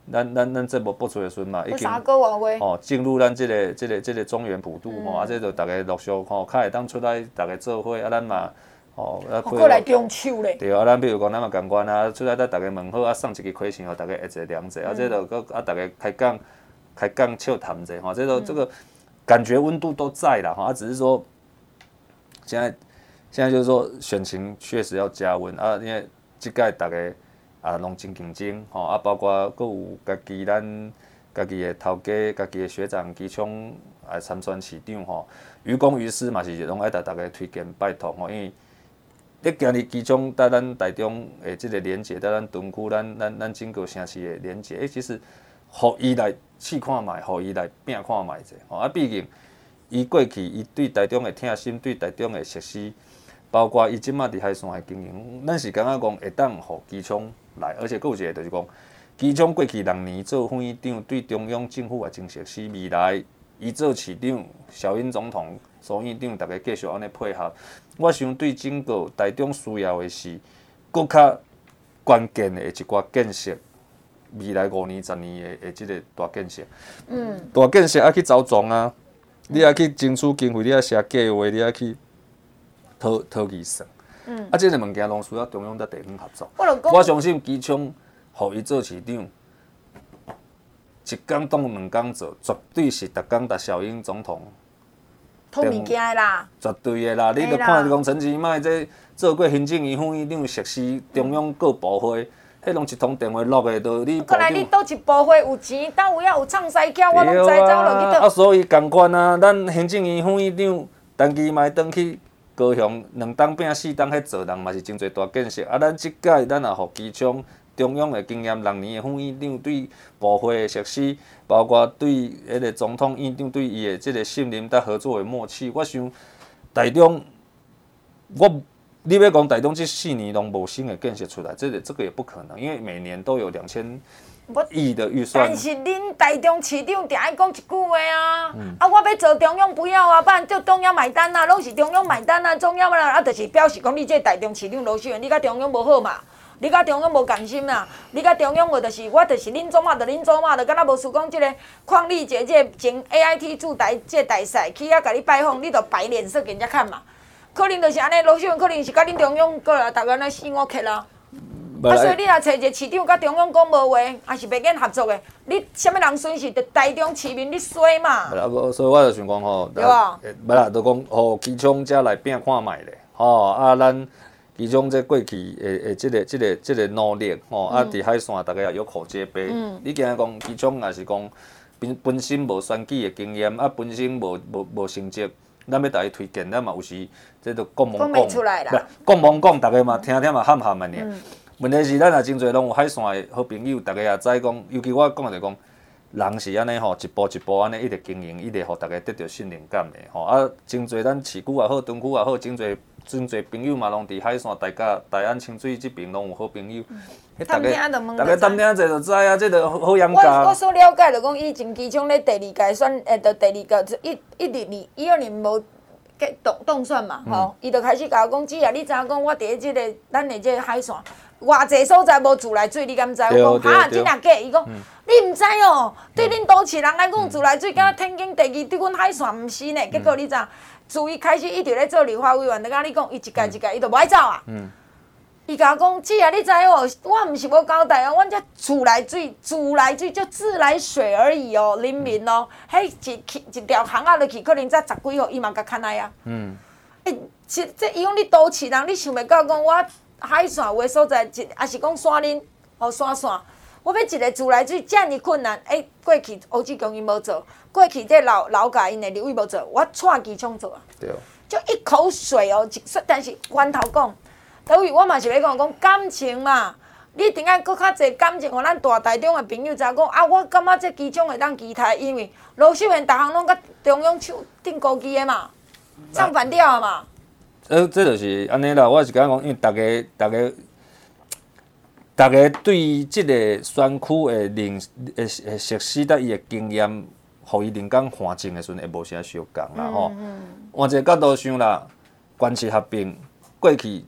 咱咱咱节目播出的时阵嘛， 已经三个月哦进入咱这个这个这个中原普渡吼、嗯，啊，这就大家陆续吼，较会当出来大家做伙啊，咱嘛。哦，啊， 过来中秋咧。 对啊，咱比如讲，咱嘛共款啊，出来咱大家问好啊，送一支亏钱，互大家下一量者，啊，这都个啊，大家开讲开讲笑谈者，吼，这都这个感觉温度都在啦，哈，啊，只是说现在现在就是说选情确实要加温啊，因为即届大家啊拢真竞争，吼，啊，包括佫有家己咱家己的头家、家己的学长、机枪啊参选市长，吼，于公于私嘛是拢爱甲大家推荐拜托，吼，因为你今日其中在咱台中的这个连结，在咱屯区、咱咱咱整个城市的连结，诶，其实，互伊来试看卖，互伊来拼看卖者。吼啊，毕竟伊过去伊对台中的疼心，对台中的设施，包括伊即马伫海线的经营，咱是感觉讲会当互机枪来，而且佫有一个就是讲，机枪过去六年做副院长，对中央政府也真熟悉，未来伊做市长，小英总统。所院长，大家继续安尼配合，我想对整个台中需要的是更较关键的一寡建设，未来五年、十年的的即个大建设。嗯。大建设爱去招总啊，你爱去争取经费，你爱写计划，你爱去讨讨预算。嗯。啊，即个物件拢需要中央甲地方合作。我, 我相信机枪，互伊做市长，一工当两工做，绝对是逐工达小英总统。 偷物件的啦， 绝对的啦！你著看讲陈其迈这做过行政院副院长，熟悉中央各部会，迄拢一通电话落的，都你。 看来你倒一部会有钱，倒位啊有唱西桥，我拢知走落去倒。 啊，所以共款啊，咱行政院副院长陈其迈转去高雄两当拼四当迄做人嘛是真侪大建设。啊，咱即届咱也互机枪中央的经验，六年的副院长对部会的设施。包括对迄个总统院长对伊的即个信任、甲合作的默契，我想台中，我你要讲台中这四年拢无新的建设出来，这个这个也不可能，因为每年都有两千亿的预算。 但是恁台中市长定爱讲一句话啊，嗯、啊，我要做中央不要啊，不然就中央买单啊，拢是中央买单啊，中央啦，啊，就是表示讲你这台中市长罗秀燕，你甲中央无好嘛。你甲中央无共心啦，你甲中央话就是我就是恁做嘛就恁做嘛，就敢若无事讲即个邝丽姐即个前 A I T 驻台即个大使去遐甲你拜访，你著摆脸色给人家看嘛。可能就是安尼，罗秀燕可能是甲恁中央过来逐个安尼四五克啦。啊，所以你若找一个市长甲中央讲无话，也是袂愿合作的，你啥物人损失？着台中市民你衰嘛。 所以我就想讲吼， 对吧？ 袂啦，就讲互机枪遮来拼看卖咧，吼啊咱。其中这过去诶诶，即个即个即个努力吼，啊，伫海线大家也有口皆碑。嗯、你今日讲其中也是讲本本身无选举的经验，啊，本身无无无成绩，咱要大家推荐，咱嘛有时这都讲懵讲， 出来啦， 讲懵讲，大家嘛听听嘛喊喊嘛尔。嗯、问题是咱也真侪拢有海线的好朋友，大家也知讲，尤其我讲就讲，人是安尼吼，一步一步安尼一直经营，一直互大家得到信任感的吼。啊，真侪咱市区也好，屯区也好，真侪。真侪朋友嘛，拢伫海线、大甲、大安、清水这边拢有好朋友。 迄大家大家谈听者就知啊，这个好养家。 我我所了解就讲，以前其中咧第二届选，诶，就第二届一一二二一二年无动动算嘛，吼，伊就开始甲我讲，只要你知影讲，我伫即个咱的即个海线，偌济所在无自来水，你敢知？我讲哈，真若假？伊讲你毋知哦，对恁都市人来讲自来水，敢若天经地义，对阮海线毋是呢。结果你知？自伊开始一直咧做立法委员，就甲你讲，伊一届一届伊就无爱走啊。伊甲我讲，姐啊，你知哦，我毋是无交代哦，阮这自来水，自来水就自来水而已哦，人民哦，迄一一条巷仔落去，可能才十几号，伊嘛甲牵来啊。嗯。诶，这这伊讲你都市人，你想袂到讲我海线有诶所在，一也是讲山林哦山线，我要一个自来水遮尔困难，诶，过去欧志强因无做。过去这老老甲因的立委无做，我带机枪做啊。 对。 就一口水哦，一但是源头讲，等于我嘛是要讲讲感情嘛。你顶下搁较侪感情，互咱大台中的朋友知讲啊，我感觉这机枪会当期待，因为罗秀燕逐项拢甲中央手顶高机的嘛，唱反调嘛。 呃，这就是安尼啦，我是感觉讲，因为大家大家大家对即个选区的认诶诶熟悉甲伊的经验。互伊人工环境的时阵会无啥相共啦吼。换一个角度想啦，关系合并过去也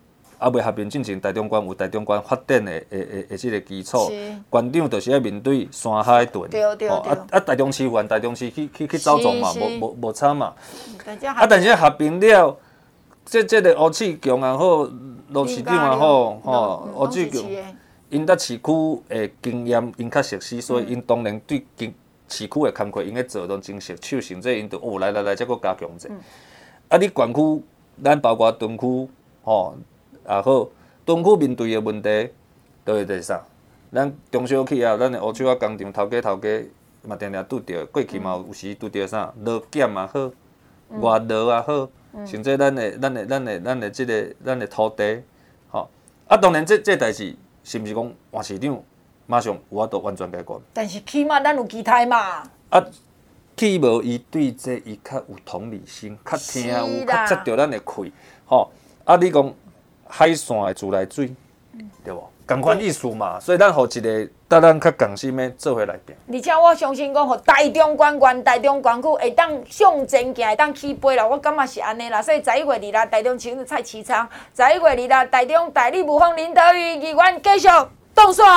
还未合并进前，台中县有台中县发展的的的的即个基础。县长就是要面对山海屯。 对对对。 啊啊！台中市县台中市去去去走总嘛，无无无差嘛。 啊， 但是合并了，即即个乌市强也好，罗市长也好，吼，乌市强，因伫市区的经验，因较熟悉，所以因当然对经市区的工作，因咧做拢真熟手，甚至因就哦来来来，再搁加强者。啊，你县区，咱包括屯区，吼也好，屯区面对的问题，都会在啥？咱中小企业，咱的乌手仔工厂头家头家嘛，定定拄着，过去嘛有时拄着啥劳检也好，外劳也好，甚至咱的咱的咱的咱的即个咱的土地，吼啊，当然这这代志是毋是讲换市长马上有法度完全解决？ 但是起码咱有期待嘛。 啊，起无伊对这伊较有同理心，较听有较接着咱的气，吼啊！你讲海线的自来水，对无？同款意思嘛，所以咱互一个，搭咱较共心的做伙来拼。 而且我相信讲，互台中县县、台中县区会当向前行，会当起飞啦。我感觉是安尼啦。所以十一月二日，台中市长蔡其昌；十一月二日，台中代理无方林德宇议员继续当选。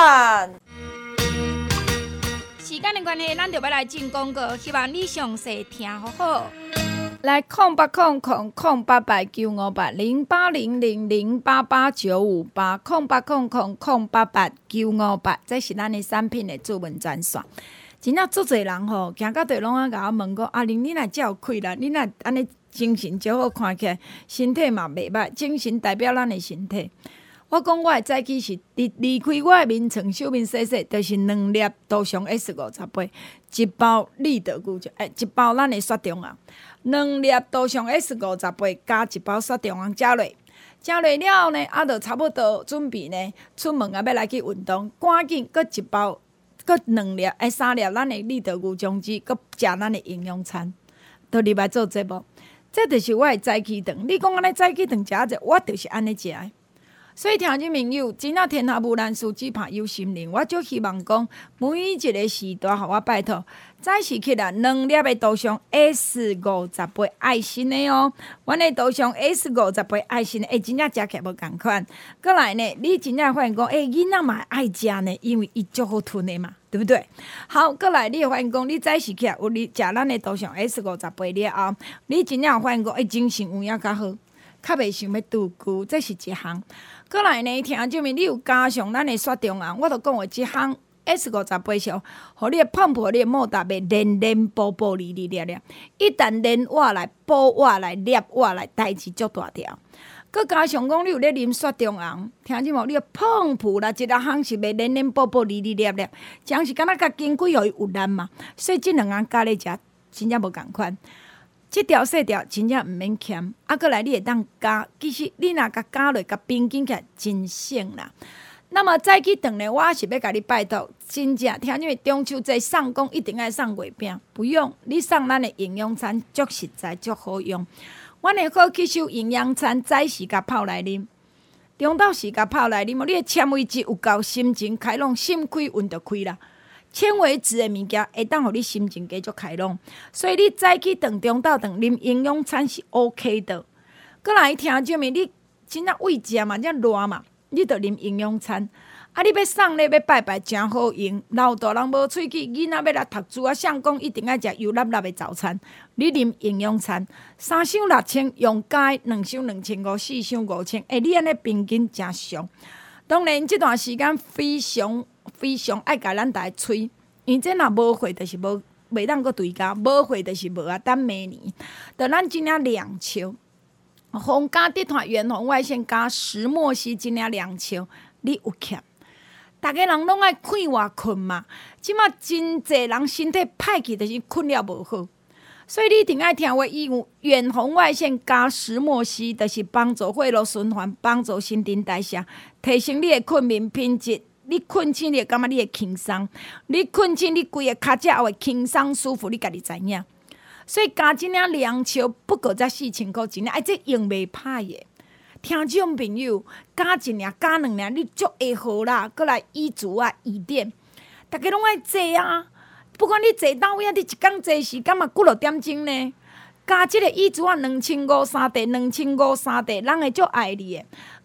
时间的关系，咱就要来进广告，希望你详细听好好。来，空八空空空八八九五八零八零零零八八九五八空八空空空八八九五八，这是咱的产品的主文专线。真正足侪人吼，行到地拢啊，甲我问讲：阿玲，你若才有气力，你若安尼精神就好，看起来身体嘛袂歹，精神代表咱的身体。我讲我的早起是离离开我的眠床，手面洗洗，就是两粒杜尚 S 五十八，一包利德菇就诶，一包咱的雪中红，两粒杜尚 S 五十八加一包雪中红加落，加落了后呢，啊，就差不多准备呢出门啊，要来去运动，赶紧搁一包，搁两粒诶三粒咱的利德菇种子，搁食咱的营养餐，都入来做节目。这就是我的早起肠。你讲安尼早起肠食者，我就是安尼食的。所以，听众朋友，真正天下无难事，只怕有心人。我就希望讲，每一个时代，互我拜托，早时起来两粒的杜尚 S 五十八爱心的哦。阮的杜尚 S 五十八爱心的，哎、欸，真正食起来无共款。过来呢，你真正发现讲，哎、欸，囡仔嘛爱食呢，因为伊足好吞的嘛，对不对？好，过来你会发现讲，你早时起来有你食咱的杜尚 S 五十八了后，你真正发现讲，哎、欸，精神有影较好，较袂想要拄久，这是一项。过来呢，听证明你有加上咱的雪中红，我著讲话即项 S 五十八上，互你的泡泡、你的莫达袂连连补补哩哩粒粒，一旦连活来补活来粒活来，代志足大条。佮加上讲你有咧啉雪中红，听证无？你的泡泡啦，一粒项是袂连连补补哩哩粒粒，将是敢若甲筋骨互伊有力嘛，所以即两项加咧食，真正无共款。即条细条真正毋免欠，啊，过来你会当加，其实你若甲加落，甲平均起来真省啦。那么早起肠呢，我是要甲你拜托，真正听因为中秋节送讲一定爱送月饼，不用你送咱的营养餐，足实在足好用。阮的好吸收营养餐，早时甲泡来啉，中昼时甲泡来啉，你的纤维质有够，心情开朗，心开运就开啦。纤维质的物件会当互你心情加足开朗，所以你早起顿、中昼顿啉营养餐是 OK 的。过来听证明你真正胃食嘛，真热嘛，你着啉营养餐。啊，你要送礼要拜拜，真好用。老大人无喙齿，囡仔要来读书啊，相公一定爱食油辣辣的早餐。你啉营养餐，三箱六千，用加两箱两千五，四箱五千。哎，你安尼平均真俗。当然，这段时间非常。非常爱甲咱大家吹，因为这若无货，就是无袂当阁对价；无货就是无啊。等明年，等咱真正两笑，红加地团圆红外线加石墨烯真正两笑，你有欠。逐个人拢爱困外困嘛，即马真侪人身体歹去，就是困了无好。所以你一定爱听话，伊有远红外线加石墨烯，就是帮助血液循环，帮助新陈代谢，提升你的困眠品质。你困醒，你会感觉你会轻松；你困醒，你规个脚趾也会轻松舒服，你家己知影。所以加真领两笑，不过才四千块钱，哎，这用袂歹的。听众朋友，加一领加两领，你足会好啦。过来医足啊，医店，大家拢爱坐啊。不管你坐到位啊，你一工坐时间嘛几落点钟呢？加即个医足啊，两千五三块，两千五三块，人会足爱你的。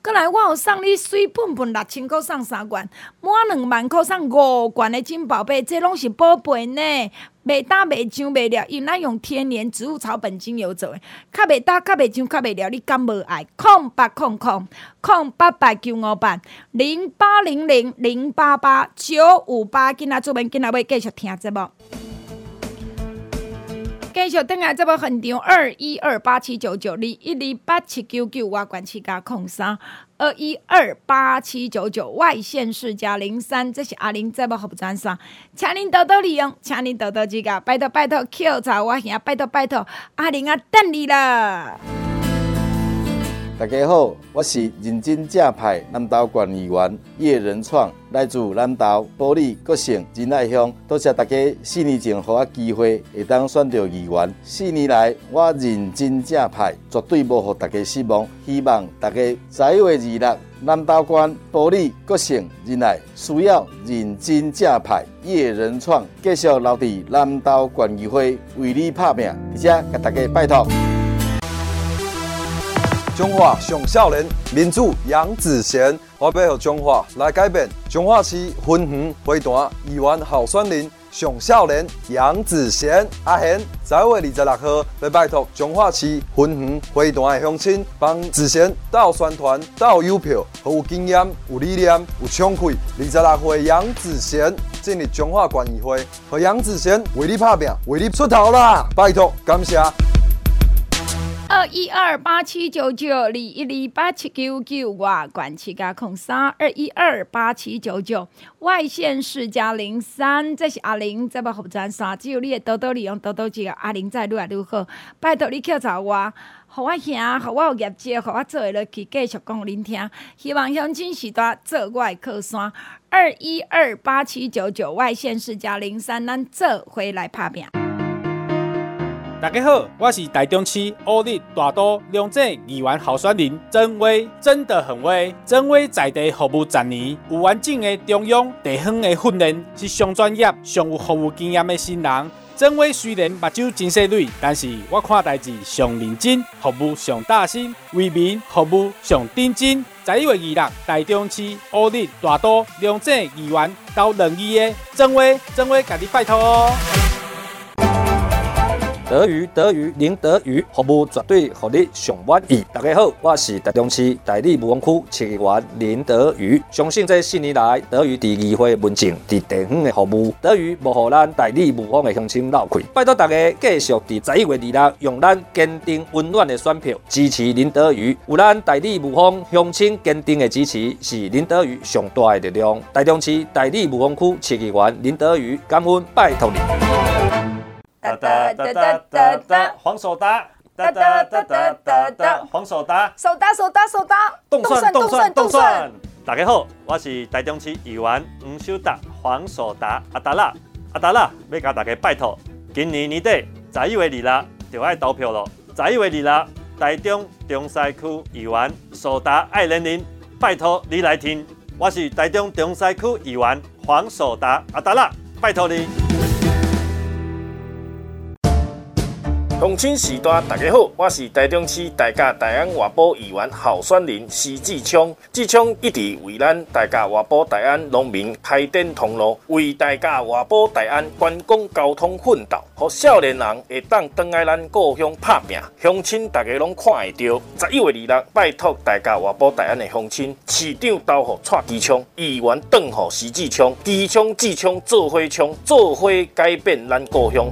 过来我有送你水喷喷六千块送三罐，满两万块送五罐的金宝贝，这拢是宝贝呢。袂打袂上袂了，因咱用天然植物草本精油做的，较袂打较袂上较袂了，你敢无爱？空八空空空八八九五八零八零零零八八九五八，今仔做文今仔要继续听节目。继续等下这部现场二一二八七九九二一二八七九九外管七加空三二一二八七九九外县市加零三，这是阿玲这部服务专线，请您多多利用，请您多多指教，拜托拜托 Q 查我兄，拜托拜托阿玲啊，等你啦！ 大家好，我是认真正派南投县议员叶仁创，来自南投埔里国姓仁爱乡。多谢大家四年前给我机会，会当选到议员。四年来，我认真正派，绝对无让大家失望。希望大家十一月二日，南投县埔里国姓仁爱需要认真正派叶仁创继续留伫南投县议会为你拍拼，而且甲大家拜托。 中华上少年民主杨子贤，我要让中华来改变。中华市分园花坛议员候选人上少年杨子贤阿贤，十一月二十六号要拜托中华市分园花坛的乡亲，帮子贤斗宣传、斗邮票，和有经验、有理念、有创气。二十六岁杨子贤进入中华县议会，和杨子贤为你拍拼，为你出头啦！拜托，感谢。 二一二八七九九二一二八七九九外管七加空三二一二八七九九外县市加零三，这是阿玲这部服务专线，只有你会多多利用，多多指教，阿玲再愈来愈好。拜托你扣查我，互我兄，互我有业绩，互我做会落去，继续讲恁听。希望乡亲时代做我的靠山。二一二八七九九外县市加零三，咱做回来拍拼。 大家好，我是台中市乌日大都两镇议员候选人曾威，真的很威。曾威在地服务十年，有完整的中央地方的训练，是上专业、上有服务经验的新人。曾威虽然目睭真细蕊，但是我看代志上认真，服务上大心，为民服务上认真。十一月二日，台中市乌日大都两镇议员到两议的曾威，曾威甲你拜托哦。 德语德语林德语服务绝对让你上满意。大家好，我是台中市大理武峰区市议员林德语。相信这四年来，德语伫议会文政、伫地方的服务，德语无让咱大理武峰的乡亲漏气。拜托大家继续伫十一月二日，用咱坚定温暖的选票支持林德语。有咱大理武峰乡亲坚定的支持，是林德语上大的力量。台中市大理武峰区市议员林德语，感恩拜托你。 哒哒哒哒哒哒，黄手打，哒哒哒哒哒哒，黄手打， 手打手打手打， 动算动算动算。大家好，我是台中市议员黄守达，黄手打阿达拉阿达拉，要甲大家拜托，今年年底十一月二日就爱投票咯。十一月二日，台中中西区议员手打爱人人，拜托你来听，我是台中中西区议员黄手达阿达拉，拜托你。 乡亲时代，大家好，我是台中市大甲大安外埔议员候选人施志昌。志昌一直为咱大甲外埔大安农民开展通路，为大甲外埔大安观光交通奋斗，让少年人会当回来咱故乡拍拼。乡亲大家拢看会到，十一月二日，拜托大甲外埔大安的乡亲，市长投予蔡基昌，议员转予施志昌，基昌志昌做伙冲，做伙改变咱故乡。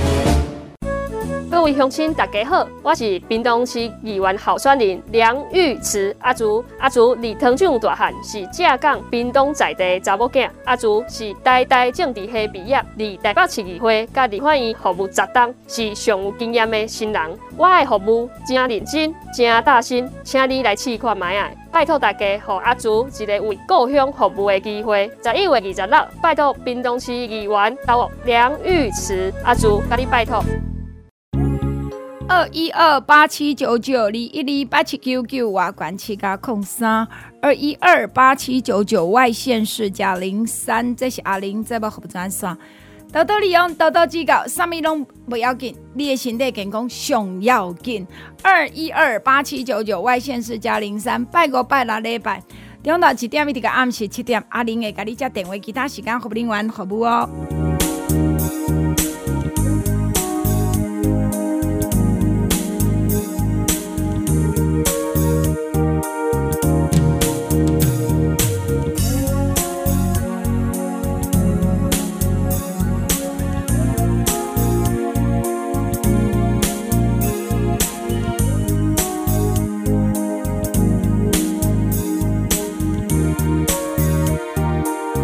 各位乡亲，大家好，我是屏东市议员候选人梁玉慈阿竹。阿竹离糖厂大汉，是正港屏东在地查某囝。阿竹是代代政治系毕业，离台北市议会甲立法院服务十档，是上有经验的新人。我的服务真认真，真大心，请你来试看卖啊！拜托大家，予阿竹一个为故乡服务的机会。十一月二十六，拜托屏东市议员投梁玉慈阿竹，甲你拜托。 二一二八七九九二一二八七九九外管七加空三二一二八七九九外县市加零三，这是阿玲这部服务专线。 多多利用，多多指教，啥物拢不要紧，你的身体健康上要紧。二一二八七九九外线是加零三，拜五拜六礼拜，中昼一点一直到暗时七点，阿玲会甲你接电话，其他时间服务人员服务哦。